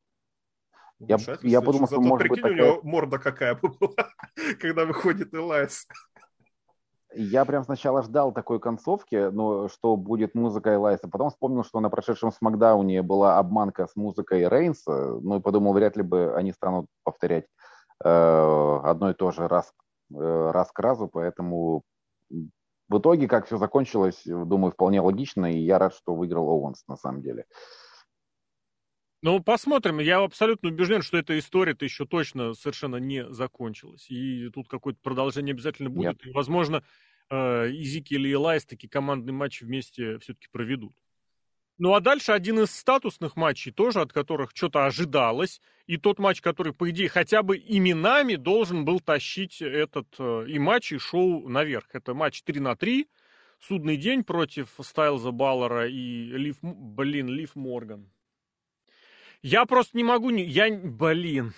Я- Вмешательство, я подумал, зато что, может прикинь, быть, у него морда какая бы была, когда выходит Элайс. я прям сначала ждал такой концовки, ну, что будет музыка Элайса. Потом вспомнил, что на прошедшем Смакдауне была обманка с музыкой Рейнса. Ну, и подумал, вряд ли бы они станут повторять э, одно и то же раз, э, раз к разу. Поэтому в итоге, как все закончилось, думаю, вполне логично. И я рад, что выиграл Оуэнс на самом деле. Ну, посмотрим. Я абсолютно убежден, что эта история-то еще точно совершенно не закончилась. И тут какое-то продолжение обязательно будет. И, возможно, Изикель и Элайс таки командный матч вместе все-таки проведут. Ну, а дальше один из статусных матчей тоже, от которых что-то ожидалось. И тот матч, который, по идее, хотя бы именами должен был тащить этот и матч, и шоу наверх. Это матч три на три. Судный день против Стайлза, Баллера и Лив... Блин, Лив Морган. Я просто не могу... Не... Я... Блин.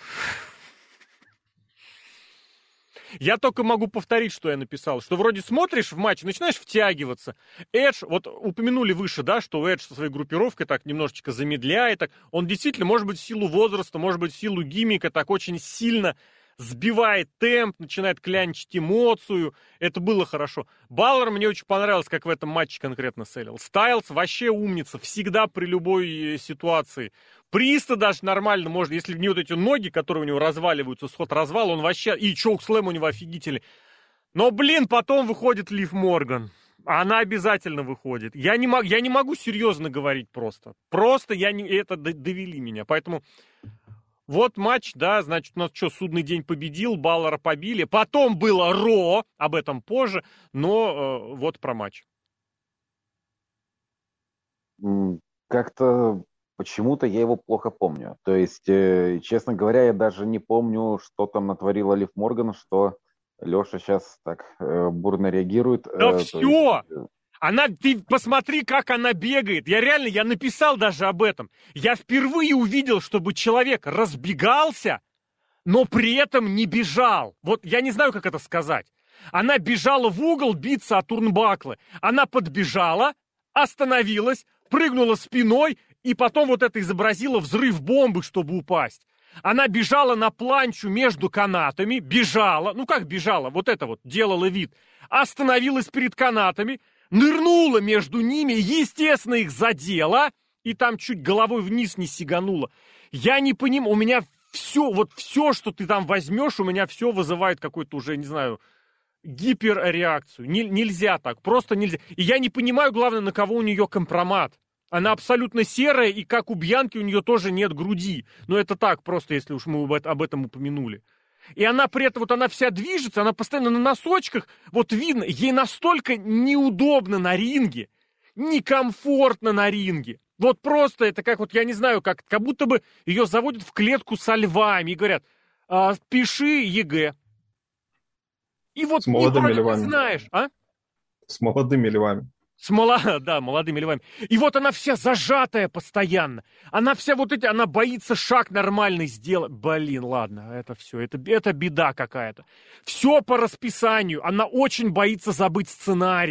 Я только могу повторить, что я написал. Что вроде смотришь в матч, начинаешь втягиваться. Эдж, вот упомянули выше, да, что Эдж со своей группировкой так немножечко замедляет. Так. Он действительно, может быть, в силу возраста, может быть, в силу гиммика, так очень сильно сбивает темп, начинает клянчить эмоцию. Это было хорошо. Баллер мне очень понравилось, как в этом матче конкретно селил. Стайлз вообще умница, всегда при любой ситуации. Приста даже нормально можно, если не вот эти ноги, которые у него разваливаются, сход развал, он вообще... И чоук-слэм у него офигительный. Но, блин, потом выходит Лив Морган. Она обязательно выходит. Я не, мог, я не могу серьезно говорить просто. Просто я не, это довели меня. Поэтому... Вот матч, да, значит, у нас что, судный день победил, Баллера побили. Потом было Ро, об этом позже, но э, вот про матч. Как-то почему-то я его плохо помню. То есть, э, честно говоря, я даже не помню, что там натворила Лив Морган, что Леша сейчас так э, бурно реагирует. Да э, все! Есть... Она, ты посмотри, как она бегает. Я реально, я написал даже об этом. Я впервые увидел, чтобы человек разбегался, но при этом не бежал. Вот я не знаю, как это сказать. Она бежала в угол биться от турнбаклы. Она подбежала, остановилась, прыгнула спиной и потом вот это изобразила взрыв бомбы, чтобы упасть. Она бежала на планчу между канатами, бежала, ну как бежала, вот это вот, делала вид. Остановилась перед канатами, нырнула между ними, естественно, их задела, и там чуть головой вниз не сиганула. Я не понимаю, у меня все, вот все, что ты там возьмешь, у меня все вызывает какой-то уже, не знаю, гиперреакцию. Не, нельзя так, просто нельзя. И я не понимаю, главное, на кого у нее компромат. Она абсолютно серая, и как у Бьянки у нее тоже нет груди. Но это так, просто если уж мы об этом упомянули. И она при этом, вот она вся движется, она постоянно на носочках, вот видно, ей настолько неудобно на ринге, некомфортно на ринге. Вот просто это как вот, я не знаю, как, как будто бы ее заводят в клетку со львами и говорят, а, пиши ЕГЭ. И вот с молодыми не львами. Знаешь, а? С молодыми львами. С мола... Да, молодыми львами. И вот она вся зажатая постоянно. Она вся вот эти, она боится шаг нормальный сделать. Блин, ладно, это все, это, это беда какая-то. Все по расписанию. Она очень боится забыть сценарий.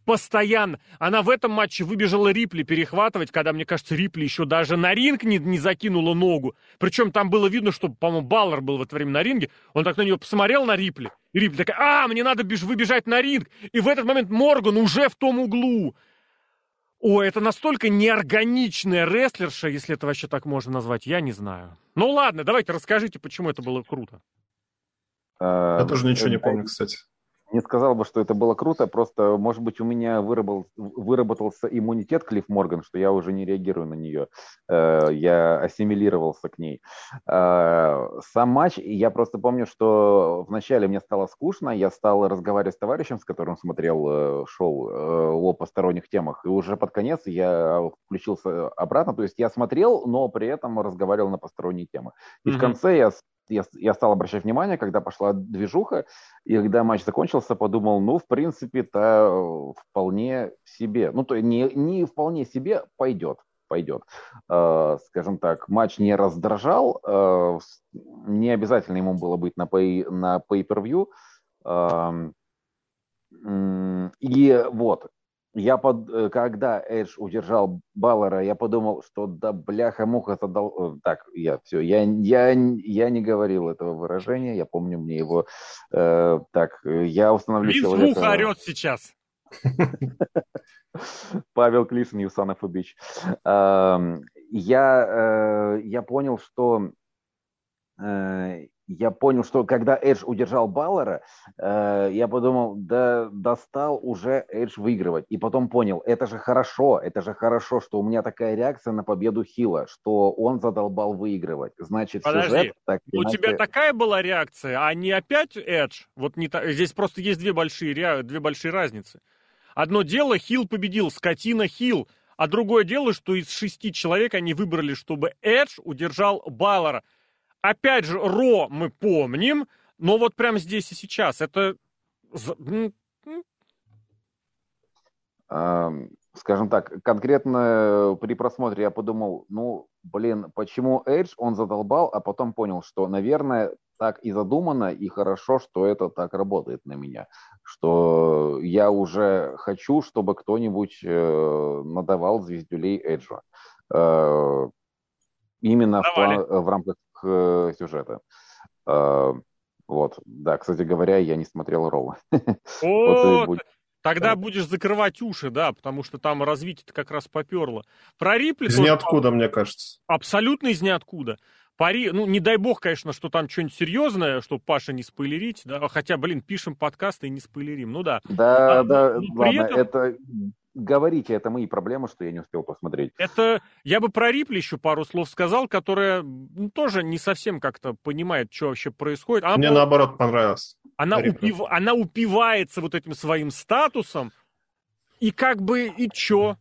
постоянно. Она в этом матче выбежала Рипли перехватывать, когда, мне кажется, Рипли еще даже на ринг не, не закинула ногу. Причем там было видно, что, по-моему, Баллар был в это время на ринге. Он так на нее посмотрел, на Рипли. И Рипли такая, а, мне надо беж- выбежать на ринг. И в этот момент Морган уже в том углу. Ой, это настолько неорганичная рестлерша, если это вообще так можно назвать, я не знаю. Ну ладно, давайте расскажите, почему это было круто. Я тоже ничего не помню, кстати. Не сказал бы, что это было круто, просто, может быть, у меня выработал, выработался иммунитет к Лив Морган, что я уже не реагирую на нее. Я ассимилировался к ней. Сам матч, я просто помню, что вначале мне стало скучно, я стал разговаривать с товарищем, с которым смотрел шоу о посторонних темах, и уже под конец я включился обратно, то есть я смотрел, но при этом разговаривал на посторонние темы. И mm-hmm. в конце я Я, я стал обращать внимание, когда пошла движуха, и когда матч закончился, подумал, ну, в принципе-то вполне себе, ну, то не, не вполне себе пойдет, пойдет. Э, скажем так, матч не раздражал, э, не обязательно ему было быть на, pay, на pay-per-view, э, э, и вот, я под, когда Эдж удержал Баллера, я подумал, что да бляха-муха задал... Так, я все, я, я, я не говорил этого выражения, я помню мне его... Э, так, я установлю Винс человека... Муха орет сейчас. Павел Клишин, you son of a bitch. Я, я понял, что... Я понял, что когда Эдж удержал Баллера, э, я подумал, да достал уже Эдж выигрывать. И потом понял, это же хорошо, это же хорошо, что у меня такая реакция на победу Хила, что он задолбал выигрывать. Значит, подожди, сюжет... Так, у иначе... тебя такая была реакция, а не опять Эдж? Вот не та... Здесь просто есть две большие, ре... две большие разницы. Одно дело, Хил победил, скотина Хил, а другое дело, что из шести человек они выбрали, чтобы Эдж удержал Баллера. Опять же, Ро мы помним, но вот прямо здесь и сейчас это... Скажем так, конкретно при просмотре я подумал, ну, блин, почему Эдж он задолбал, а потом понял, что, наверное, так и задумано, и хорошо, что это так работает на меня, что я уже хочу, чтобы кто-нибудь надавал звездюлей Эджу. Именно в, план, в рамках сюжета. Вот. Да, кстати говоря, я не смотрел Роу. Вот. Тогда будешь закрывать уши, да, потому что там развитие как раз поперло. Про Рипли... Из ниоткуда, мне кажется. Абсолютно из ниоткуда. Пари... Ну, не дай бог, конечно, что там что-нибудь серьезное, чтобы Паша не спойлерить, да, хотя, блин, пишем подкасты и не спойлерим, ну да. Да, а, да, ладно, этом... это... Говорите, это мои проблемы, что я не успел посмотреть. Это, я бы про Рипли еще пару слов сказал, которая ну, тоже не совсем как-то понимает, что вообще происходит. Она, Мне наоборот понравилось. Она, упив, она упивается вот этим своим статусом, и как бы, и чё?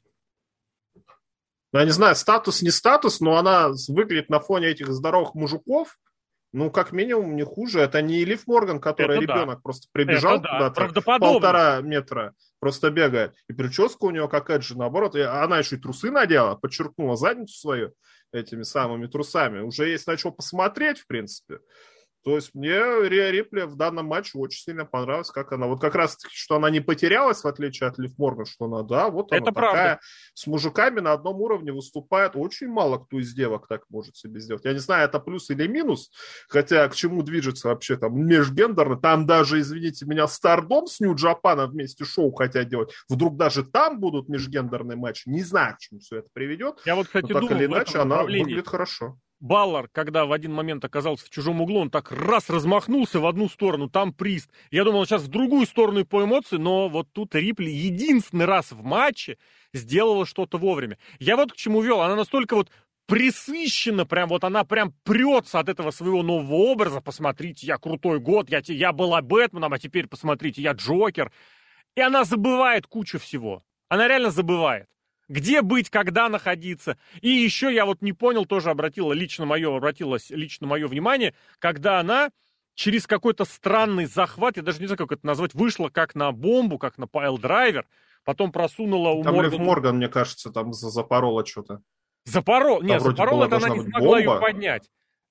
Ну, я не знаю, статус не статус, но она выглядит на фоне этих здоровых мужиков, ну, как минимум, не хуже. Это не Лив Морган, которая это ребенок да. просто прибежал да. куда-то, полтора метра, просто бегает. И прическа у нее как Эджи, наоборот. Она еще и трусы надела, подчеркнула задницу свою этими самыми трусами. Уже есть на что посмотреть, в принципе. То есть мне Риа Рипли в данном матче очень сильно понравилось, как она, вот как раз таки, что она не потерялась, в отличие от Лив Морган, что она, да, вот она это такая, правда. С мужиками на одном уровне выступает. Очень мало кто из девок так может себе сделать. Я не знаю, это плюс или минус, хотя к чему движется вообще там межгендерно. Там даже, извините меня, Стардом с Нью-Джапаном вместе шоу хотят делать. Вдруг даже там будут межгендерные матчи. Не знаю, к чему все это приведет. Я вот, кстати, но так думал, или иначе, она выглядит хорошо. Баллар, когда в один момент оказался в чужом углу, он так раз размахнулся в одну сторону, там Прист. Я думал, сейчас в другую сторону по эмоции, но вот тут Рипли единственный раз в матче сделала что-то вовремя. Я вот к чему вел, она настолько вот пресыщена, прям вот она прям прется от этого своего нового образа. Посмотрите, я крутой год, я, я была Бэтменом, а теперь посмотрите, я Джокер. И она забывает кучу всего. Она реально забывает. Где быть, когда находиться. И еще я вот не понял, тоже обратила лично мое, обратилось лично мое внимание, когда она через какой-то странный захват, я даже не знаю, как это назвать, вышла как на бомбу, как на пайл-драйвер, потом просунула у Там Морган... Лив Морган, мне кажется, там запорола что-то. Запорол? Нет, запорол, это она не смогла бомба. ее поднять.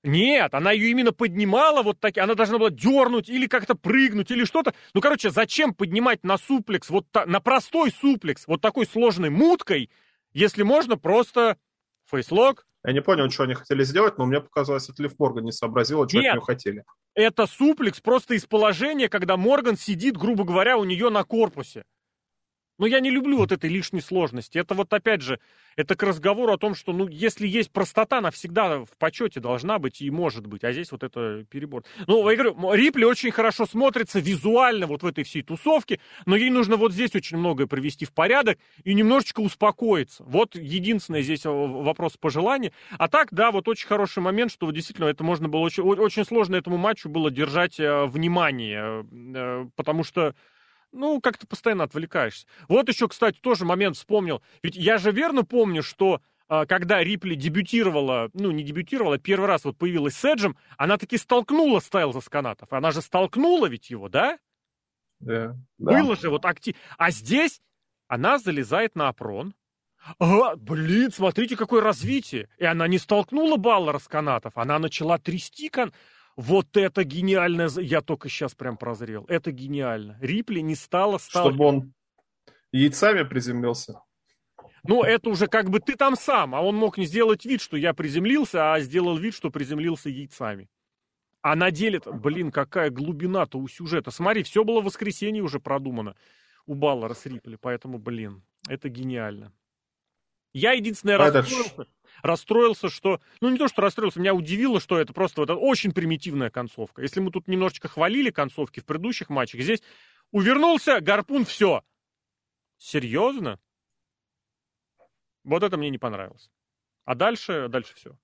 Нет, она ее именно поднимала вот так, она должна была дернуть или как-то прыгнуть или что-то. Ну, короче, зачем поднимать на суплекс, вот та, на простой суплекс, вот такой сложной муткой, если можно просто фейслок? Я не понял, что они хотели сделать, но мне показалось, что Лив Морган не сообразила, что Нет, от нее хотели. Это суплекс просто из положения, когда Морган сидит, грубо говоря, у нее на корпусе. Но я не люблю вот этой лишней сложности. Это вот опять же, это к разговору о том, что ну, если есть простота, она всегда в почете должна быть и может быть. А здесь вот это перебор. Ну, я говорю, Рипли очень хорошо смотрится визуально вот в этой всей тусовке, но ей нужно вот здесь очень многое привести в порядок и немножечко успокоиться. Вот единственный здесь вопрос пожелания. А так, да, вот очень хороший момент, что действительно это можно было очень, очень сложно этому матчу было держать э, внимание, э, потому что ну, как ты постоянно отвлекаешься. Вот еще, кстати, тоже момент вспомнил. Ведь я же верно помню, что э, когда Рипли дебютировала, ну, не дебютировала, первый раз вот появилась с Эджем, она таки столкнула Стайлза с канатов. Она же столкнула ведь его, да? Да. Было же вот актив. А здесь она залезает на опрон. А, блин, смотрите, какое развитие. И она не столкнула Баллера с канатов, она начала трясти кан... Вот это гениально. Я только сейчас прям прозрел. Это гениально. Рипли не стала... стала... Чтобы он яйцами приземлился. Ну, это уже как бы ты там сам. А он мог не сделать вид, что я приземлился, а сделал вид, что приземлился яйцами. А на деле... Блин, какая глубина-то у сюжета. Смотри, все было в воскресенье уже продумано у Баллера с Рипли. Поэтому, блин, это гениально. Я единственное а расстроился, это... расстроился, что... Ну, не то, что расстроился, меня удивило, что это просто вот, это очень примитивная концовка. Если мы тут немножечко хвалили концовки в предыдущих матчах, здесь увернулся, гарпун, все. Серьезно? Вот это мне не понравилось. А дальше, дальше все.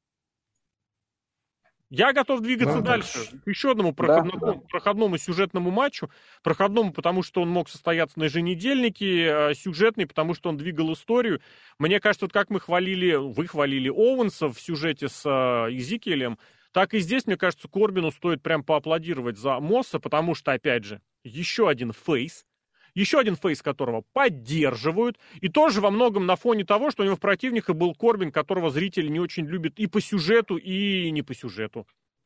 Я готов двигаться ну, дальше. К еще одному проходному, да, да. проходному сюжетному матчу. Проходному, потому что он мог состояться на еженедельнике. Сюжетный, потому что он двигал историю. Мне кажется, вот как мы хвалили, вы хвалили Оуэнса в сюжете с Эзекиэлем, так и здесь, мне кажется, Корбину стоит прям поаплодировать за Мосса, потому что, опять же, еще один фейс. Еще один фейс, которого поддерживают. И тоже во многом на фоне того, что у него в противниках был Корбин, которого зрители не очень любят и по сюжету, и не по сюжету.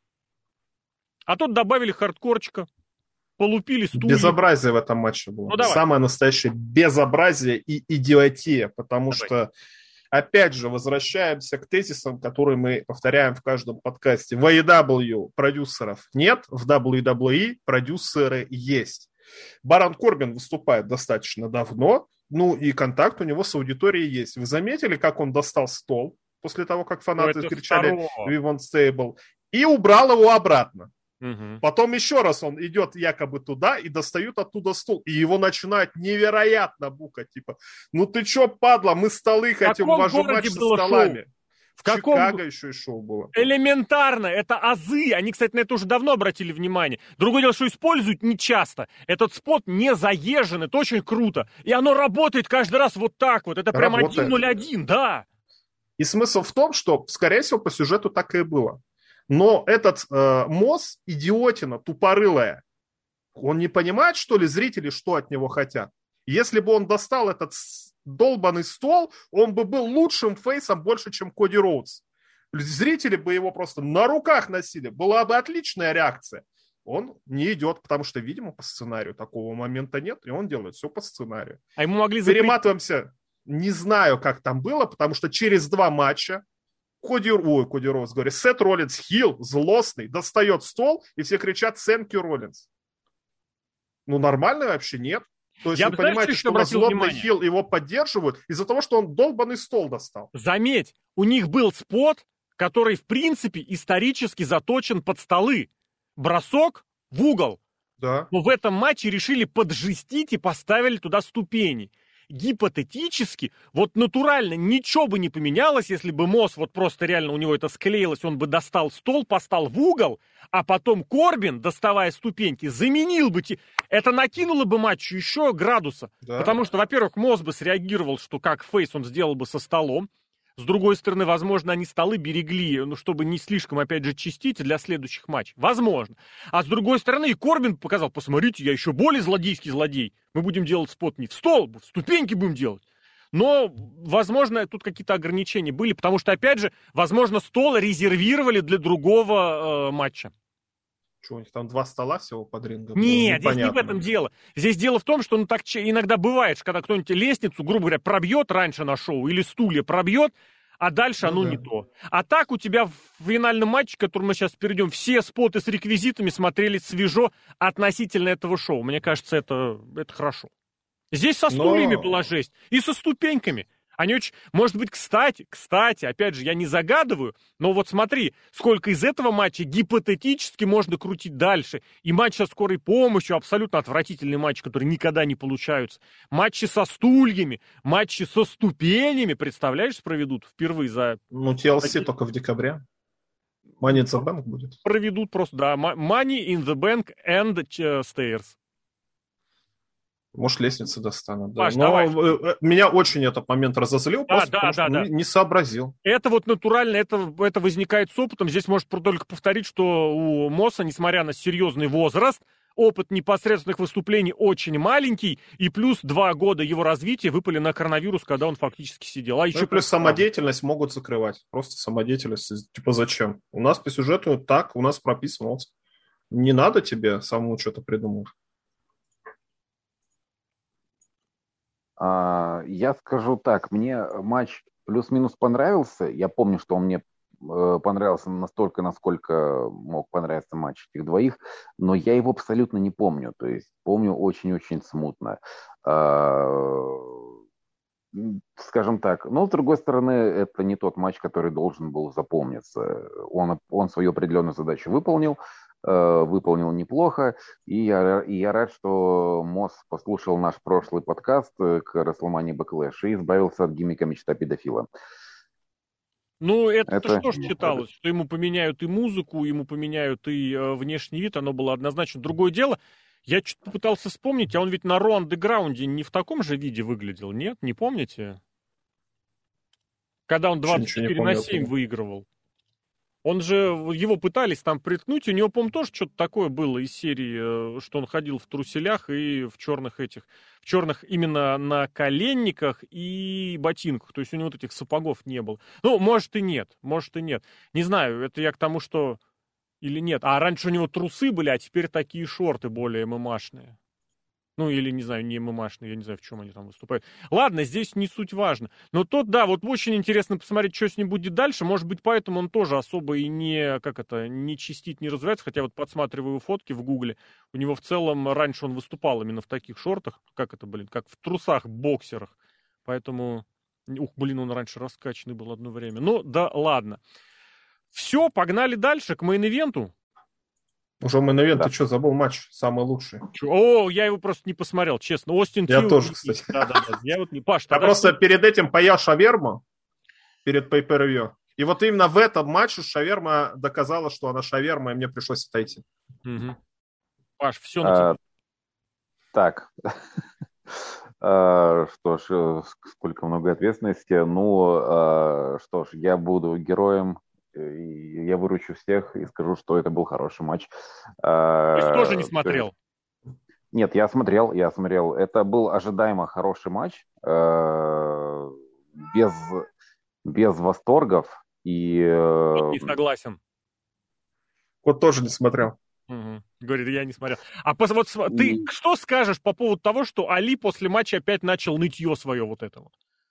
А тут добавили хардкорчика, полупили стулья. Безобразие в этом матче было. Ну, самое настоящее безобразие и идиотия. Потому давай. что, опять же, возвращаемся к тезисам, которые мы повторяем в каждом подкасте. В эй и дабл ю продюсеров нет, в дабл ю дабл ю и продюсеры есть. Барон Корбин выступает достаточно давно, ну и контакт у него с аудиторией есть. Вы заметили, как он достал стол после того, как фанаты ну, кричали «We want stable», и убрал его обратно. Угу. Потом еще раз он идет якобы туда и достают оттуда стул. И его начинают невероятно букать. Типа, ну ты че, падла, мы столы хотим, у вас же матч со столами. Шоу? В, в каком... Чикаго еще и шоу было. Элементарно, это азы. Они, кстати, на это уже давно обратили внимание. Другое дело, что используют нечасто. Этот спот не заезжен, это очень круто. И оно работает каждый раз вот так вот. Это прям один ноль один, да. И смысл в том, что, скорее всего, по сюжету так и было. Но этот э, Мосс, идиотина, тупорылая, он не понимает, что ли, зрители, что от него хотят? Если бы он достал этот долбанный стол, он бы был лучшим фейсом больше, чем Коди Роудс. Зрители бы его просто на руках носили. Была бы отличная реакция. Он не идет, потому что, видимо, по сценарию такого момента нет, и он делает все по сценарию. А ему могли запретить... Перематываемся. Не знаю, как там было, потому что через два матча Коди, ой, Коди Роудс, говорю, Сет Роллинс, хил, злостный, достает стол, и все кричат «Thank you, Роллинс». Ну, нормально вообще нет. То есть Я вы понимаете, что на злобный хил его поддерживают из-за того, что он долбанный стол достал. Заметь, у них был спот, который, в принципе, исторически заточен под столы. Бросок в угол. Да. Но в этом матче решили поджестить и поставили туда ступени. Гипотетически, вот натурально ничего бы не поменялось, если бы Мосс вот просто реально у него это склеилось, он бы достал стол, поставил в угол, а потом Корбин, доставая ступеньки, заменил бы... Те... Это накинуло бы матчу еще градуса. Да. Потому что, во-первых, Мосс бы среагировал, что как фейс он сделал бы со столом. С другой стороны, возможно, они столы берегли, ну, чтобы не слишком, опять же, чистить для следующих матчей. Возможно. А с другой стороны, и Корбин показал, посмотрите, я еще более злодейский злодей. Мы будем делать спот не в стол, в ступеньки будем делать. но, возможно, тут какие-то ограничения были, потому что, опять же, возможно, стол резервировали для другого э, матча. Что, у них там два стола всего под рингом? Нет, ну, здесь не в этом дело. Здесь дело в том, что ну, так иногда бывает, когда кто-нибудь лестницу, грубо говоря, пробьет раньше на шоу или стулья пробьет, а дальше ну, оно да. не то. А так у тебя в финальном матче, к которому мы сейчас перейдем, все споты с реквизитами смотрелись свежо относительно этого шоу. Мне кажется, это, это хорошо. Здесь со стульями Но... была жесть и со ступеньками. Они очень... Может быть, кстати, кстати, опять же, я не загадываю, но вот смотри, сколько из этого матча гипотетически можно крутить дальше. И матч со скорой помощью, абсолютно отвратительный матч, который никогда не получаются. Матчи со стульями, матчи со ступенями, представляешь, проведут впервые за... Ну, ти эл си Такие... только в декабре. Money in the Bank будет. Проведут просто, да, Money in the Bank and Stairs. Может, лестницы достанут. Да. Паш, Но давай. Меня очень этот момент разозлил, да, просто да, потому да, что да. Не, не сообразил. Это вот натурально, это, это возникает с опытом. Здесь можно только повторить, что у Мосса, несмотря на серьезный возраст, опыт непосредственных выступлений очень маленький, и плюс два года его развития выпали на коронавирус, когда он фактически сидел. А ну еще и плюс самодеятельность могут закрывать. Просто самодеятельность. Типа зачем? У нас по сюжету так, у нас прописано. Не надо тебе самому что-то придумать. Я скажу так, мне матч плюс-минус понравился. Я помню, что он мне понравился настолько, насколько мог понравиться матч этих двоих, но я его абсолютно не помню. То есть помню очень-очень смутно. Скажем так. Но, с другой стороны, это не тот матч, который должен был запомниться. Он, он свою определенную задачу выполнил. выполнил неплохо, и я, и я рад, что Мосс послушал наш прошлый подкаст к WrestleMania Backlash и избавился от гиммика мечта педофила. Ну, это, это что ж читалось, что ему поменяют и музыку, ему поменяют и э, внешний вид, оно было однозначно. Другое дело, я что-то попытался вспомнить, а он ведь на Raw Underground не в таком же виде выглядел, нет? Не помните? Когда он двадцать четыре на семь выигрывал. Он же, его пытались там приткнуть, у него, по-моему, тоже что-то такое было из серии, что он ходил в труселях и в черных этих, в черных именно на коленниках и ботинках, то есть у него вот этих сапогов не было. Ну, может и нет, может и нет. Не знаю, это я к тому, что или нет. А раньше у него трусы были, а теперь такие шорты более мэмашные. Ну, или, не знаю, не ММАшные, я не знаю, в чем они там выступают. Ладно, здесь не суть важно. Но тот, да, вот очень интересно посмотреть, что с ним будет дальше. Может быть, поэтому он тоже особо и не, как это, не чистит, не развивается. Хотя вот подсматриваю фотки в Гугле. У него в целом раньше он выступал именно в таких шортах. Как это, блин, как в трусах-боксерах. Поэтому, ух, блин, он раньше раскачанный был одно время. Ну, да, ладно. Все, погнали дальше к мейн-ивенту. Уже мейн-ивент, да. Ты что, забыл матч самый лучший? О, я его просто не посмотрел, честно. Остин Я Тью, тоже, кстати. Да, да, да. Я вот не Паш, Я просто что... перед этим поел шаверму, перед pay-per-view. И вот именно в этом матче шаверма доказала, что она шаверма, и мне пришлось отойти. Угу. Паш, все на тебе. А, так. а, что ж, сколько много ответственности. Ну, а, что ж, я буду героем. И я выручу всех и скажу, что это был хороший матч. То есть тоже не смотрел? Нет, я смотрел, я смотрел. Это был ожидаемо хороший матч, без, без восторгов. И... Вот не согласен. Вот тоже не смотрел. Угу. Говорит, я не смотрел. А вот ты и... что скажешь по поводу того, что Али после матча опять начал нытье свое вот это вот?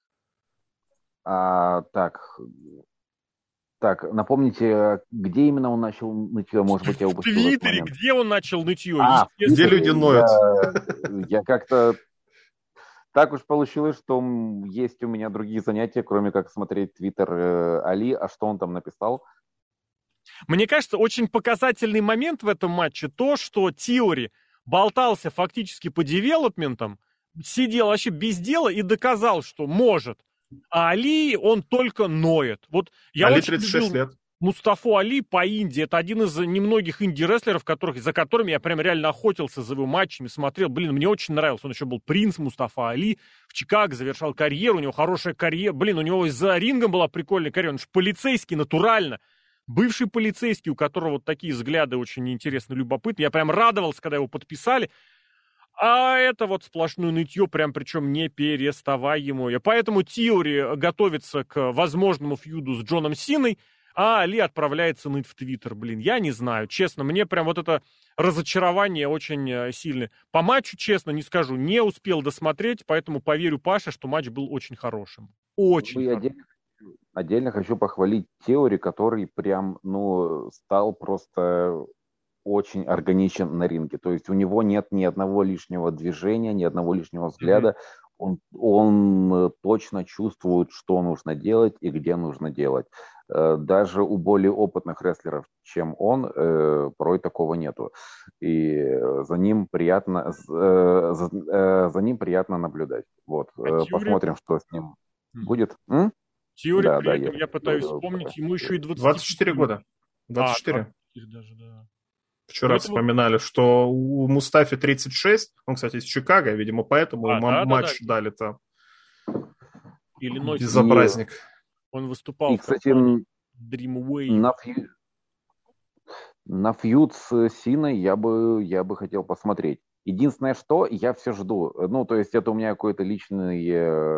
А, так... Так, напомните, где именно он начал нытье? Может быть, я упустил. В Твиттере, где он начал нытье? А, где люди ноют? Я, я как-то... Так уж получилось, что есть у меня другие занятия, кроме как смотреть Твиттер э, Али. А что он там написал? Мне кажется, очень показательный момент в этом матче то, что Тиори болтался фактически по девелопментам, сидел вообще без дела и доказал, что может. А Али, он только ноет. Вот я Али очень тридцать шесть любил лет. Мустафу Али по Индии. Это один из немногих инди-рестлеров, которых, за которыми я прям реально охотился за его матчами, смотрел. Блин, мне очень нравился. Он еще был принц Мустафа Али. В Чикаго завершал карьеру. У него хорошая карьера. Блин, у него за рингом была прикольная карьера. Он же полицейский, натурально. Бывший полицейский, у которого вот такие взгляды очень интересно, любопытные. Я прям радовался, когда его подписали. А это вот сплошное нытье, прям причем не переставаемое. Поэтому Тиори готовится к возможному фьюду с Джоном Синой, а Али отправляется ныть в Твиттер. Блин, я не знаю. Честно, мне прям вот это разочарование очень сильное. По матчу, честно, не скажу, не успел досмотреть, поэтому поверю Паше, что матч был очень хорошим. Очень Ну, хорошим. Отдельно, отдельно хочу похвалить Теори, который прям, ну, стал просто очень органичен на ринге. То есть у него нет ни одного лишнего движения, ни одного лишнего взгляда. Mm-hmm. Он, он точно чувствует, что нужно делать и где нужно делать. Даже у более опытных рестлеров, чем он, порой такого нету. И за ним приятно, за, за ним приятно наблюдать. Вот. А Посмотрим, что с ним mm-hmm. будет. М? Теория, да, при да, этом, я, я пытаюсь я, вспомнить, ему еще и двадцать... двадцать четыре года. двадцать четыре. А, двадцать четыре даже, да. Вчера это вспоминали, вот... что у Мустафи тридцать шесть, он, кстати, из Чикаго, видимо, поэтому а, да, матч да, да. дали там. Иллинойс. За праздник. Он выступал и, в кстати, Dreamwave. На, фью... на фьюд с Синой я бы, я бы хотел посмотреть. Единственное, что я все жду, ну, то есть это у меня какой-то личный...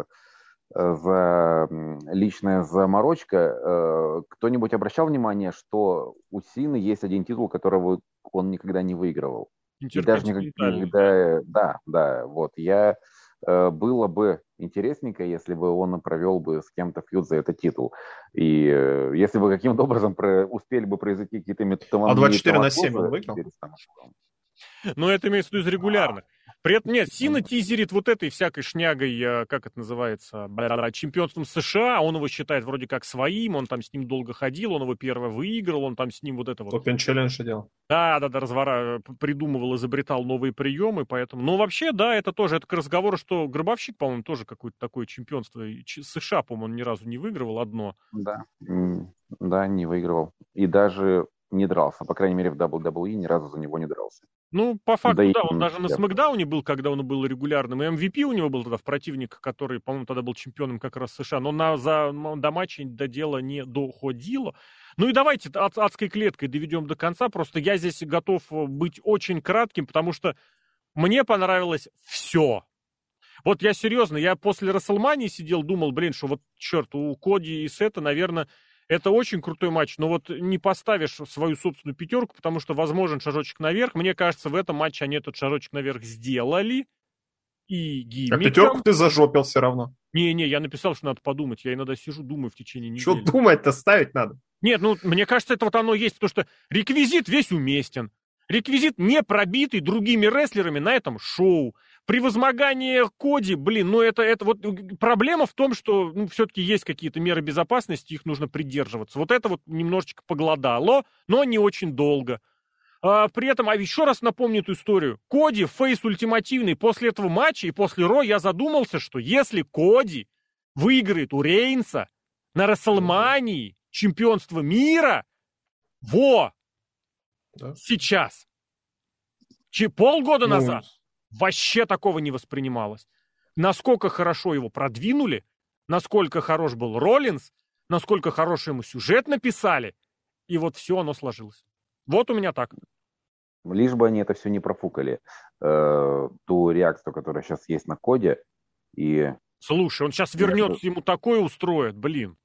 За личная заморочка. Кто-нибудь обращал внимание, что у Сины есть один титул, которого он никогда не выигрывал? И даже никогда... Да, да, вот. Я... Было бы интересненько, если бы он провел бы с кем-то фьюд за этот титул. И если бы каким-то образом про... успели бы произойти какие-то метаморфозы... А двадцать четыре на семь он выиграл? Но это имеется в виду из регулярных. При этом, нет, Сина тизерит вот этой всякой шнягой, как это называется, чемпионством США, он его считает вроде как своим, он там с ним долго ходил, он его первый выиграл, он там с ним вот это вот... Open Challenge делал. Да, да, да, развора... придумывал, изобретал новые приемы, поэтому... Ну, вообще, да, это тоже, это к разговору, что Гробовщик, по-моему, тоже какое-то такое чемпионство США, по-моему, он ни разу не выигрывал, одно. Да, да, не выигрывал. И даже... не дрался. По крайней мере, в дабл ю дабл ю и ни разу за него не дрался. Ну, по факту, да, да он даже на Смэкдауне был, когда он был регулярным. И эм ви пи у него был тогда в противник, который, по-моему, тогда был чемпионом как раз США. Но на, за, до матча до дела не доходило. Ну и давайте ад, адской клеткой доведем до конца. Просто я здесь готов быть очень кратким, потому что мне понравилось все. Вот я серьезно, я после Расселмании сидел, думал, блин, что вот, черт, у Коди и Сета, наверное... Это очень крутой матч, но вот не поставишь свою собственную пятерку, потому что возможен шажочек наверх. Мне кажется, в этом матче они этот шажочек наверх сделали. И гиммиком... А пятерку ты зажопил все равно. Не-не, я написал, что надо подумать. Я иногда сижу, думаю в течение недели. Что думать-то, ставить надо? Нет, ну, мне кажется, это вот оно есть, потому что реквизит весь уместен. Реквизит не пробитый другими рестлерами на этом шоу. Превозмогание Коди, блин, ну это, это вот проблема в том, что ну, все-таки есть какие-то меры безопасности, их нужно придерживаться. Вот это вот немножечко поголодало, но не очень долго. А, при этом, а еще раз напомню эту историю. Коди фейс ультимативный. После этого матча и после Ро я задумался, что если Коди выиграет у Рейнса на Расселмании чемпионство мира, во, да. Сейчас, Че, полгода ну... назад, вообще такого не воспринималось. Насколько хорошо его продвинули, насколько хорош был Роллинс, насколько хороший ему сюжет написали, и вот все оно сложилось. Вот у меня так. Лишь бы они это все не профукали. Э, ту реакцию, которая сейчас есть на Коде. И... Слушай, он сейчас вернется, ему такое устроит, блин.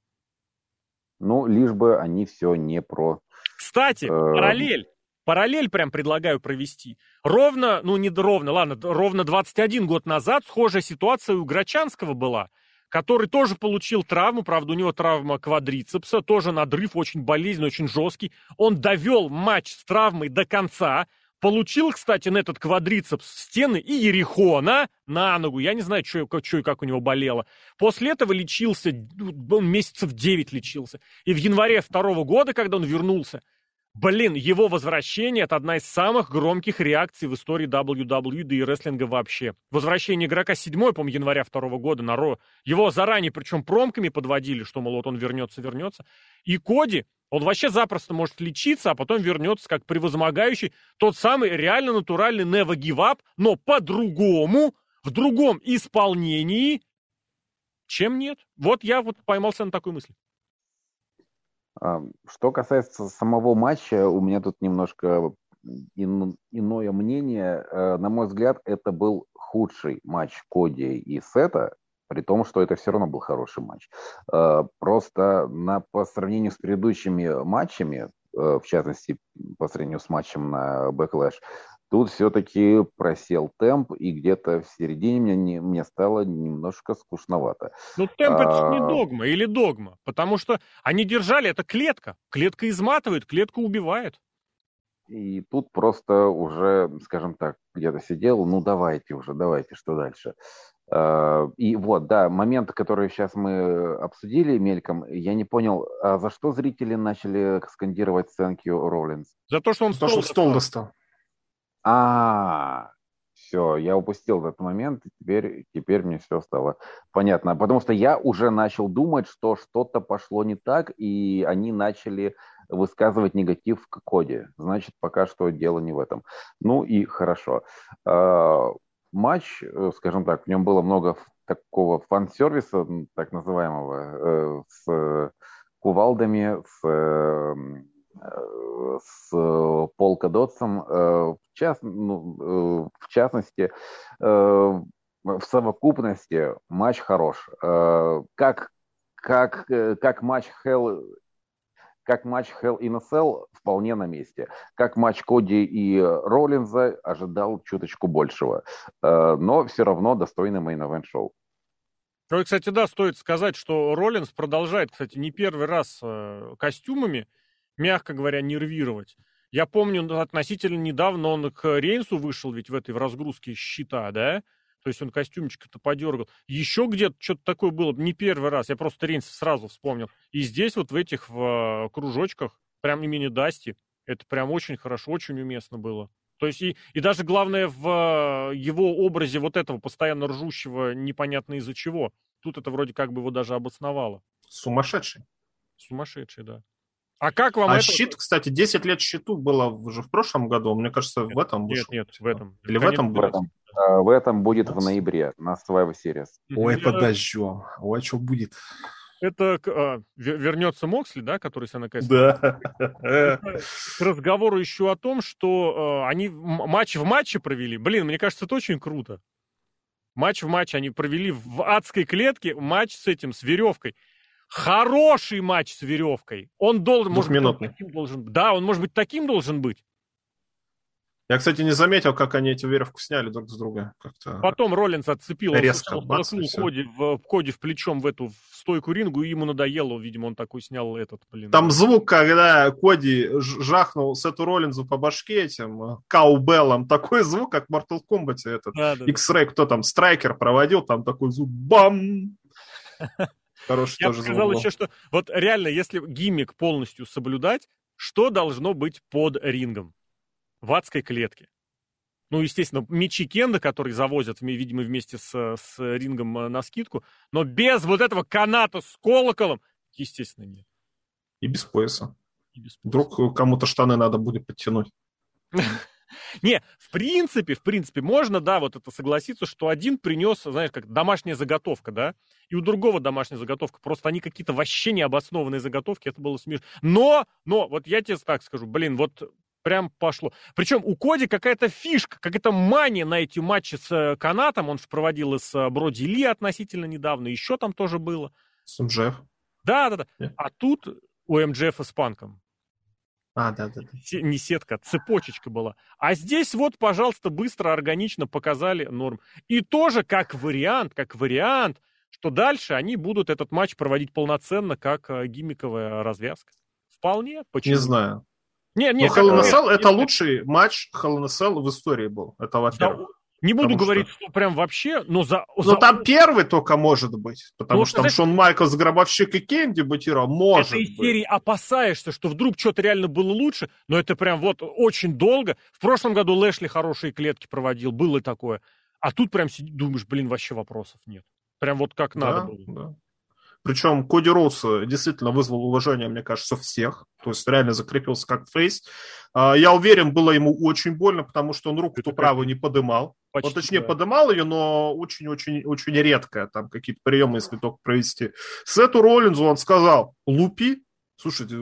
Ну, лишь бы они все не про... Кстати, э... параллель. Параллель прям предлагаю провести. Ровно, ну не ровно, ладно, ровно двадцать один год назад схожая ситуация у Грачанского была, который тоже получил травму, правда, у него травма квадрицепса, тоже надрыв, очень болезненный, очень жесткий. Он довел матч с травмой до конца, получил, кстати, на этот квадрицепс стены и Ерихона на ногу. Я не знаю, что и как у него болело. После этого лечился, он месяцев девять лечился. И в январе второго года, когда он вернулся, блин, его возвращение — это одна из самых громких реакций в истории дабл ю дабл ю, да и рестлинга вообще. Возвращение игрока седьмого, по-моему, января второго года на Ро. Его заранее, причем промками подводили, что, мол, вот он вернется, вернется. И Коди, он вообще запросто может лечиться, а потом вернется как превозмогающий тот самый реально натуральный Never Give Up, но по-другому, в другом исполнении, чем нет. Вот я вот поймался на такой мысли. Что касается самого матча, у меня тут немножко ин, иное мнение. На мой взгляд, это был худший матч Коди и Сета, при том, что это все равно был хороший матч. Просто на, по сравнению с предыдущими матчами, в частности, по сравнению с матчем на Backlash, тут все-таки просел темп, и где-то в середине мне, мне стало немножко скучновато. Ну, темп а... это не догма или догма, потому что они держали, это клетка. Клетка изматывает, клетка убивает. И тут просто уже, скажем так, где-то сидел, ну давайте уже, давайте, что дальше. И вот, да, моменты, которые сейчас мы обсудили мельком, я не понял, а за что зрители начали скандировать «Thank you, Роллинс»? За то, что он за стол, стол достал. А, все, я упустил этот момент, и теперь, теперь мне все стало понятно. Потому что я уже начал думать, что что-то пошло не так, и они начали высказывать негатив к Коди. Значит, пока что дело не в этом. Ну и хорошо. Матч, скажем так, в нем было много такого фан-сервиса, так называемого, с кувалдами, с, с Полка Дотсом. В, част, ну, в частности, в совокупности матч хорош. Как, как, как матч Hell... Как матч Hell in a Cell вполне на месте. Как матч Коди и Роллинза ожидал чуточку большего. Но все равно достойный мейн-эвент шоу. Ну и, кстати, да, стоит сказать, что Роллинз продолжает, кстати, не первый раз костюмами, мягко говоря, нервировать. Я помню, относительно недавно он к Рейнсу вышел ведь в этой в разгрузке щита, да? То есть он костюмчик-то подергал. Еще где-то что-то такое было, не первый раз. Я просто Рейнса сразу вспомнил. И здесь вот в этих в кружочках, прям имени Дасти, это прям очень хорошо, очень уместно было. То есть и, и даже главное в его образе вот этого постоянно ржущего непонятно из-за чего. Тут это вроде как бы его даже обосновало. Сумасшедший. Сумасшедший, да. А как вам а это... щит, кстати, десять лет щиту было уже в прошлом году. Мне кажется, нет, в этом будет. Нет, нет, в этом. Или в этом будет? В этом будет в ноябре на Survivor Series. Ой, подождем. Ой, что будет? Это а, вернется Моксли, да, который с эн ка эс. Да. К разговору еще о том, что а, они матч в матче провели. Блин, мне кажется, это очень круто. Матч в матче они провели в адской клетке, матч с этим, с веревкой. Хороший матч с веревкой. Он должен, может быть, таким должен быть. Да, он, может быть, таким должен быть. Я, кстати, не заметил, как они эту веревку сняли друг с друга. Как-то потом Роллинс отцепил, он резко толкнул Коди в, Коди в плечом в эту в стойку рингу, и ему надоело, видимо, он такой снял этот, блин. Там звук, когда Коди жахнул Сету Роллинзу по башке этим каубеллом, такой звук, как в Mortal Kombat этот. Да, да, X-Ray, кто там, Страйкер проводил, там такой звук бам! Хороший Я тоже сказал звук. еще, что вот реально, если гиммик полностью соблюдать, что должно быть под рингом? В адской клетке. Ну, естественно, мечи Кенда, которые завозят, видимо, вместе с, с рингом на скидку, но без вот этого каната с колоколом, естественно, нет. И без пояса. И без пояса. Вдруг кому-то штаны надо будет подтянуть. Не, в принципе, в принципе, можно, да, вот это согласиться, что один принес, знаешь, как домашняя заготовка, да, и у другого домашняя заготовка. Просто они какие-то вообще необоснованные заготовки, это было смешно. Но, но, вот я тебе так скажу, блин, вот прям пошло. Причем у Коди какая-то фишка, какая-то мания на эти матчи с канатом. Он же проводил и с Броди Ли относительно недавно. Еще там тоже было. С эм джей эф. Да, да, да. Yeah. А тут у эм джей эф с Панком. А, да, да, да. Не сетка, цепочечка была. А здесь вот, пожалуйста, быстро, органично показали норм. И тоже как вариант, как вариант, что дальше они будут этот матч проводить полноценно, как гиммиковая развязка. Вполне. Почему? Не знаю. Не, не, но Hell in a Cell это лучший матч Hell in a Cell в истории был. Это во-первых. Да, не буду потому говорить, что... что прям вообще, но за... Ну, за... там первый только может быть. Потому ну, что там знаешь, Шон Майклс, Гробовщик и Кенди дебютировал. Может быть. Этой серии опасаешься, что вдруг что-то реально было лучше, но это прям вот очень долго. В прошлом году Лэшли хорошие клетки проводил, было такое. А тут прям сидишь, думаешь, блин, вообще вопросов нет. Прям вот как да, надо было. Да. Причем Коди Роудс действительно вызвал уважение, мне кажется, всех. То есть реально закрепился как фейс. Я уверен, было ему очень больно, потому что он руку-то правую не подымал. Почти, он, точнее, да. подымал ее, но очень-очень-очень редко. Там какие-то приемы, если только провести. Сету Роллинзу он сказал, лупи, Слушайте,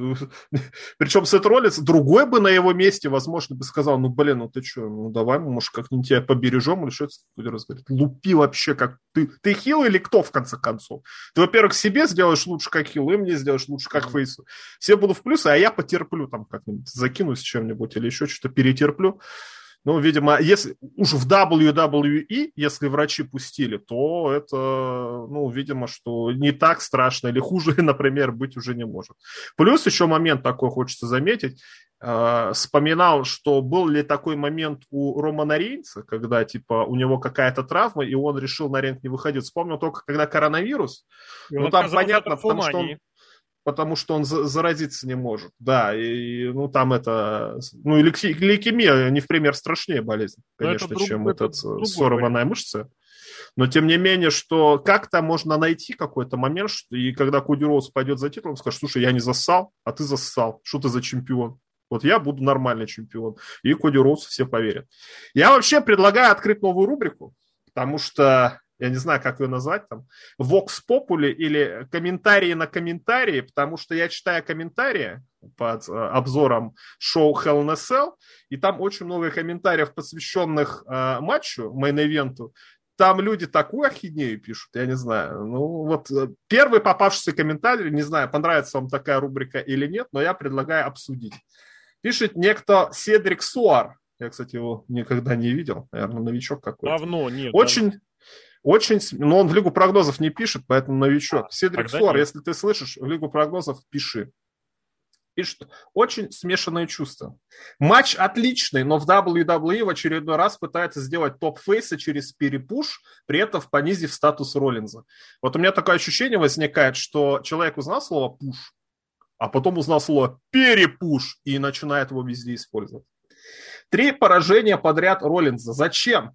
причем Сет Роллинс, другой бы на его месте, возможно, бы сказал, ну, блин, ну ты что, ну давай, мы, может, как-нибудь тебя побережем, или что это говорит, лупи вообще, как ты, ты хил или кто, в конце концов? Ты, во-первых, себе сделаешь лучше, как хил, и мне сделаешь лучше, как фейсу. Все буду в плюсы, а я потерплю, там, как-нибудь закинусь чем-нибудь или еще что-то перетерплю. Ну, видимо, если уж в дабл ю дабл ю и, если врачи пустили, то это, ну, видимо, что не так страшно или хуже, например, быть уже не может. Плюс еще момент такой хочется заметить. Э, вспоминал, что был ли такой момент у Романа Рейнса, когда, типа, у него какая-то травма, и он решил на ринг не выходить. Вспомнил только, когда коронавирус. И ну, там понятно, потому что он... потому что он заразиться не может. Да, и, ну, там это... Ну, и лейкемия не в пример страшнее болезнь, конечно, это друг, чем это этот сорванная мышца. Но, тем не менее, что как-то можно найти какой-то момент, что, и когда Коди Роудс пойдет за титулом, скажет, слушай, я не зассал, а ты зассал. Что ты за чемпион? Вот я буду нормальный чемпион. И Коди Роудс все поверят. Я вообще предлагаю открыть новую рубрику, потому что... Я не знаю, как ее назвать, там, Vox Populi или комментарии на комментарии, потому что я читаю комментарии под э, обзором шоу Hell in a Cell, и там очень много комментариев, посвященных э, матчу, мейн-ивенту. Там люди такую ахинею пишут, я не знаю. Ну, вот э, первый попавшийся комментарий, не знаю, понравится вам такая рубрика или нет, но я предлагаю обсудить. Пишет некто Седрик Суар. Я, кстати, его никогда не видел, наверное, новичок какой-то. Давно, нет. Очень... Давно. Очень, но он в Лигу прогнозов не пишет, поэтому новичок. А, Седрик Суар, нет. Если ты слышишь, в Лигу прогнозов пиши. Пишет, очень смешанные чувства. Матч отличный, но в дабл ю дабл ю и в очередной раз пытается сделать топ-фейса через перепуш, при этом понизив статус Роллинза. Вот у меня такое ощущение возникает, что человек узнал слово «пуш», а потом узнал слово «перепуш» и начинает его везде использовать. Три поражения подряд Роллинза. Зачем?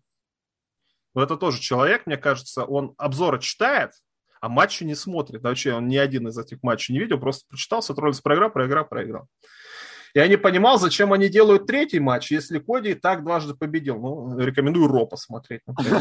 Но это тоже человек, мне кажется, он обзоры читает, а матчи не смотрит. Вообще он ни один из этих матчей не видел, просто прочитал, Сет Роллинс проиграл, проиграл, проиграл. Я не понимал, зачем они делают третий матч, если Коди и так дважды победил. Ну, рекомендую Ро посмотреть, например.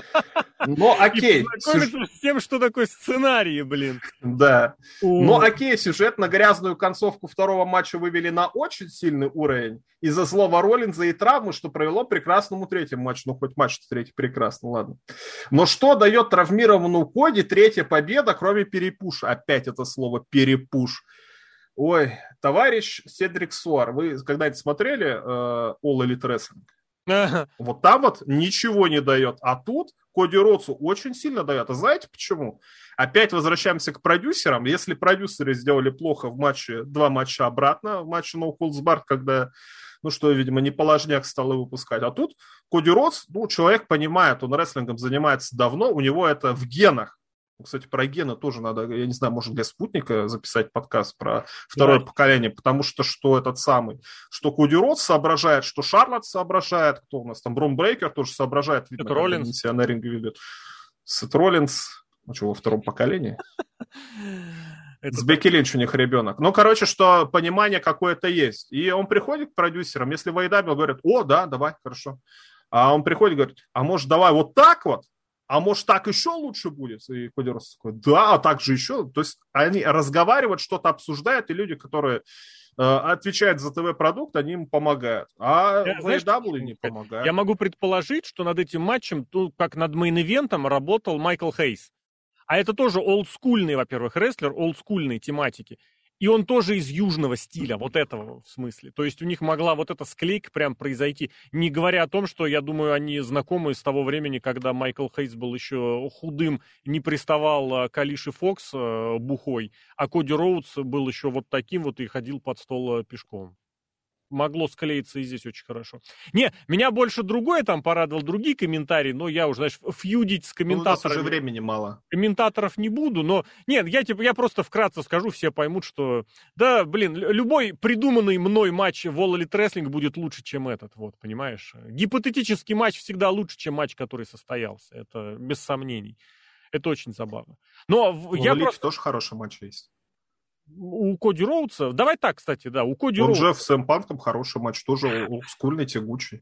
Но окей. И познакомиться с тем, что такое сценарий, блин. Да. Но окей, сюжет на грязную концовку второго матча вывели на очень сильный уровень из-за злого Роллинза и травмы, что привело к прекрасному третьему матчу. Ну, хоть матч третий прекрасный, ладно. Но что дает травмированному Коди третья победа, кроме перепуша? Опять это слово «перепуш». Ой, товарищ Седрик Суар, вы когда-нибудь смотрели э, All Elite Wrestling? Ага. Вот там вот ничего не дает, а тут Коди Роудсу очень сильно дает. А знаете почему? Опять возвращаемся к продюсерам. Если продюсеры сделали плохо в матче, два матча обратно, в матче No Holds Barred, когда, ну что, видимо, не положняк стал его выпускать. А тут Коди Роудс, ну, человек понимает, он рестлингом занимается давно, у него это в генах. Кстати, про гены тоже надо, я не знаю, может для спутника записать подкаст про второе да. поколение, потому что что этот самый, что Коди Роудс соображает, что Шарлотт соображает, кто у нас там, Брон Брейкер тоже соображает, видно, как они себя на ринге ведут. Сет Роллинс, ну что, во втором поколении? С Бекки Линч у них ребенок. Ну, короче, что понимание какое-то есть. И он приходит к продюсерам, если в эй и дабл ю говорят, о, да, давай, хорошо. А он приходит и говорит, а может, давай вот так вот? А может, так еще лучше будет? И Коди Роудс такой, да, а так же еще. То есть они разговаривают, что-то обсуждают, и люди, которые э, отвечают за ТВ-продукт, они им помогают. А я, в эй и дабл ю не помогают. Я могу предположить, что над этим матчем, ну, как над мейн-ивентом, работал Майкл Хейс. А это тоже олдскульный, во-первых, рестлер, олдскульной тематики. И он тоже из южного стиля, вот этого в смысле. То есть у них могла вот эта склейка прям произойти. Не говоря о том, что, я думаю, они знакомы с того времени, когда Майкл Хейс был еще худым, не приставал к Алише Фокс бухой, а Коди Роудс был еще вот таким вот и ходил под стол пешком. Могло склеиться и здесь очень хорошо. Не, меня больше другое там порадовал, другие комментарии, но я уже, знаешь, фьюдить с комментаторами. Ну, у нас уже времени мало. Комментаторов не буду, но... Нет, я, типа, я просто вкратце скажу, все поймут, что... Да, блин, любой придуманный мной матч в All Elite Wrestling будет лучше, чем этот, вот, понимаешь? Гипотетический матч всегда лучше, чем матч, который состоялся. Это без сомнений. Это очень забавно. Но в я Elite просто... тоже хороший матч есть. У Коди Роудса? Давай так, кстати, да, у Коди Он Роудса. же в Сэм Панком хороший матч, тоже олдскульный, тягучий.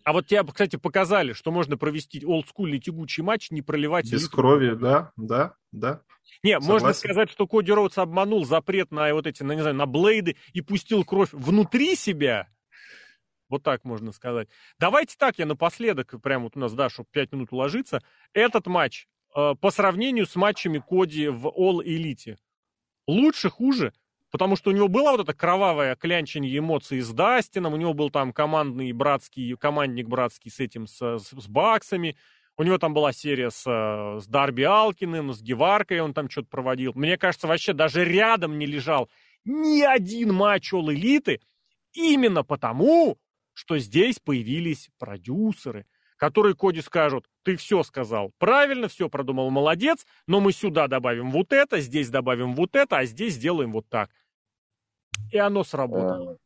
А вот тебе, кстати, показали, что можно провести олдскульный тягучий матч, не проливать... Без крови, да, да, да. Не, Согласен. Можно сказать, что Коди Роудс обманул запрет на вот эти, ну, не знаю, на блейды и пустил кровь внутри себя. Вот так можно сказать. Давайте так, я напоследок, прямо вот у нас, да, чтобы пять минут уложиться. Этот матч э, по сравнению с матчами Коди в All Elite лучше, хуже? Потому что у него было вот это кровавое клянченье эмоций с Дастином, у него был там командный братский, командник братский с этим, с, с, с Баксами, у него там была серия с, с Дарби Алкиным, с Геваркой он там что-то проводил. Мне кажется, вообще даже рядом не лежал ни один матч All Elite, именно потому, что здесь появились продюсеры, которые Коди скажут: ты все сказал правильно, все продумал, молодец, но мы сюда добавим вот это, здесь добавим вот это, а здесь сделаем вот так. И оно сработало.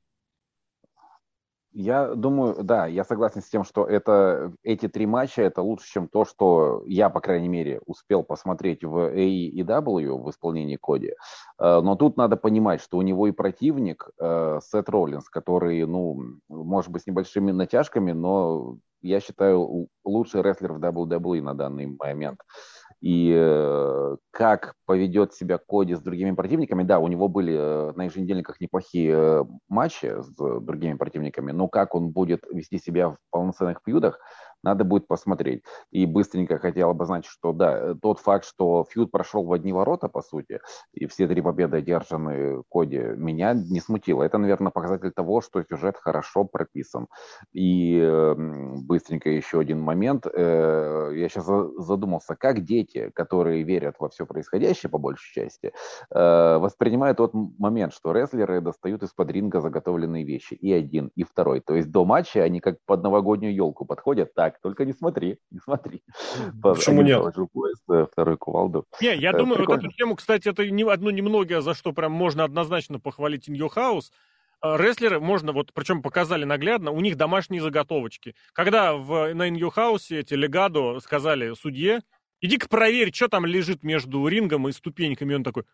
Я думаю, да, я согласен с тем, что это, эти три матча это лучше, чем то, что я, по крайней мере, успел посмотреть в эй и дабл ю в исполнении Коди. Но тут надо понимать, что у него и противник Сет Роллинс, который, ну, может быть, с небольшими натяжками, но я считаю, лучший рестлер в дабл ю дабл ю и на данный момент. И э, как поведет себя Коди с другими противниками, да, у него были э, на еженедельниках неплохие э, матчи с э, другими противниками, но как он будет вести себя в полноценных фьюдах, надо будет посмотреть. И быстренько хотел обозначить, что да, тот факт, что фьюд прошел в одни ворота, по сути, и все три победы одержаны Коди, меня не смутило. Это, наверное, показатель того, что сюжет хорошо прописан. И э, быстренько еще один момент. Э, я сейчас задумался, как дети, которые верят во все происходящее, по большей части, э, воспринимают тот момент, что рестлеры достают из-под ринга заготовленные вещи. И один, и второй. То есть до матча они как под новогоднюю елку подходят. Так, только не смотри, не смотри. Почему нет? Поезд, второй кувалду. Не, я думаю, Прикольно. Вот эту тему, кстати, это не, одно немногое, за что прям можно однозначно похвалить In Your House. Рестлеры можно, вот, причем показали наглядно, у них домашние заготовочки. Когда в, на In Your House эти Легадо сказали судье: иди-ка проверь, что там лежит между рингом и ступеньками, он такой: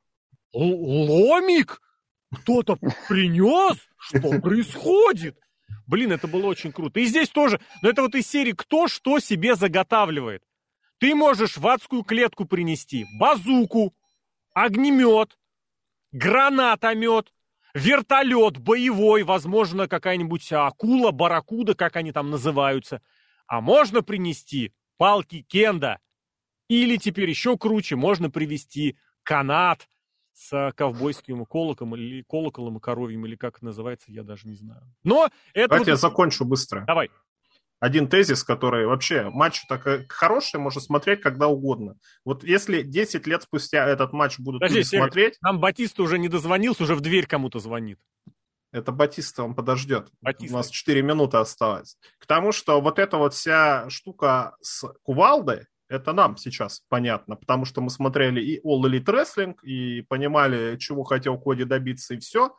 ломик? Кто-то принес? Что происходит? Блин, это было очень круто. И здесь тоже, но это вот из серии «Кто что себе заготавливает». Ты можешь в адскую клетку принести базуку, огнемет, гранатомет, вертолет боевой, возможно, какая-нибудь акула, барракуда, как они там называются. А можно принести палки кенда. Или теперь еще круче, можно привезти канат с ковбойским колоколом или колоколом и коровьем, или как это называется, я даже не знаю. Но это... Давайте вот... я закончу быстро. Давай. Один тезис, который вообще матч так хороший, можно смотреть когда угодно. Вот если десять лет спустя этот матч будут Подожди, смотреть... Нам Батиста уже не дозвонился, уже в дверь кому-то звонит. Это Батиста, он подождет. Батиста. У нас четыре минуты осталось. К тому, что вот эта вот вся штука с кувалдой, это нам сейчас понятно, потому что мы смотрели и All Elite Wrestling, и понимали, чего хотел Коди добиться, и все.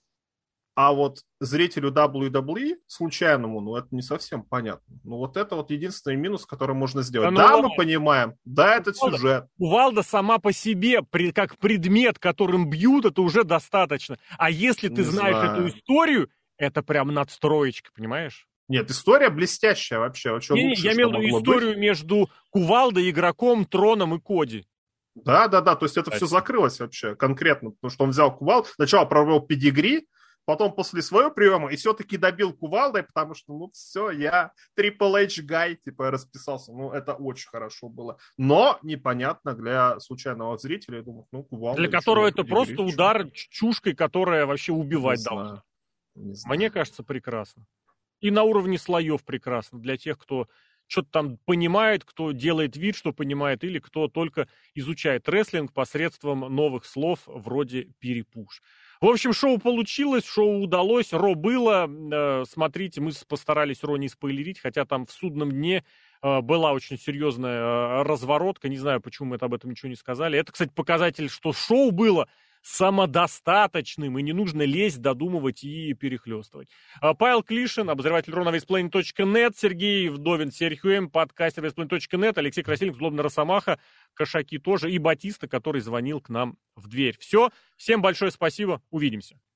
А вот зрителю дабл ю дабл ю и, случайному, ну, это не совсем понятно. Ну, вот это вот единственный минус, который можно сделать. Да, да ну, мы понимаем, да, этот Кувалда, сюжет. Кувалда сама по себе, при, как предмет, которым бьют, это уже достаточно. А если ты не знаешь знаю. эту историю, это прям надстроечка, понимаешь? Нет, история блестящая вообще. вообще не, лучше, я имею в виду историю быть. Между Кувалдой, игроком, Троном и Коди. Да, да, да, то есть это Кстати. все закрылось вообще конкретно, потому что он взял Кувалду, сначала провел педигри, потом после своего приема и все-таки добил Кувалдой, потому что, ну, все, я Triple H гай, типа, я расписался. Ну, это очень хорошо было. Но непонятно для случайного зрителя, я думаю, ну, Кувалда... Для которого это просто что? Удар чушкой, которая вообще убивать должна. Мне кажется, прекрасно. И на уровне слоев прекрасно для тех, кто что-то там понимает, кто делает вид, что понимает, или кто только изучает рестлинг посредством новых слов вроде «перепуш». В общем, шоу получилось, шоу удалось, Ро было. Э, смотрите, мы постарались Ро не спойлерить, хотя там в судном дне э, была очень серьезная э, разворотка. Не знаю, почему мы об этом ничего не сказали. Это, кстати, показатель, что шоу было самодостаточным, и не нужно лезть, додумывать и перехлестывать. Павел Клишин, обозреватель Ро на весплейн точка нет, Сергей Вдовин, Серхиуэм, подкастер весплейн точка нет, Алексей Красильник, Злобный Росомаха, Кошаки тоже, и Батиста, который звонил к нам в дверь. Все, всем большое спасибо, увидимся.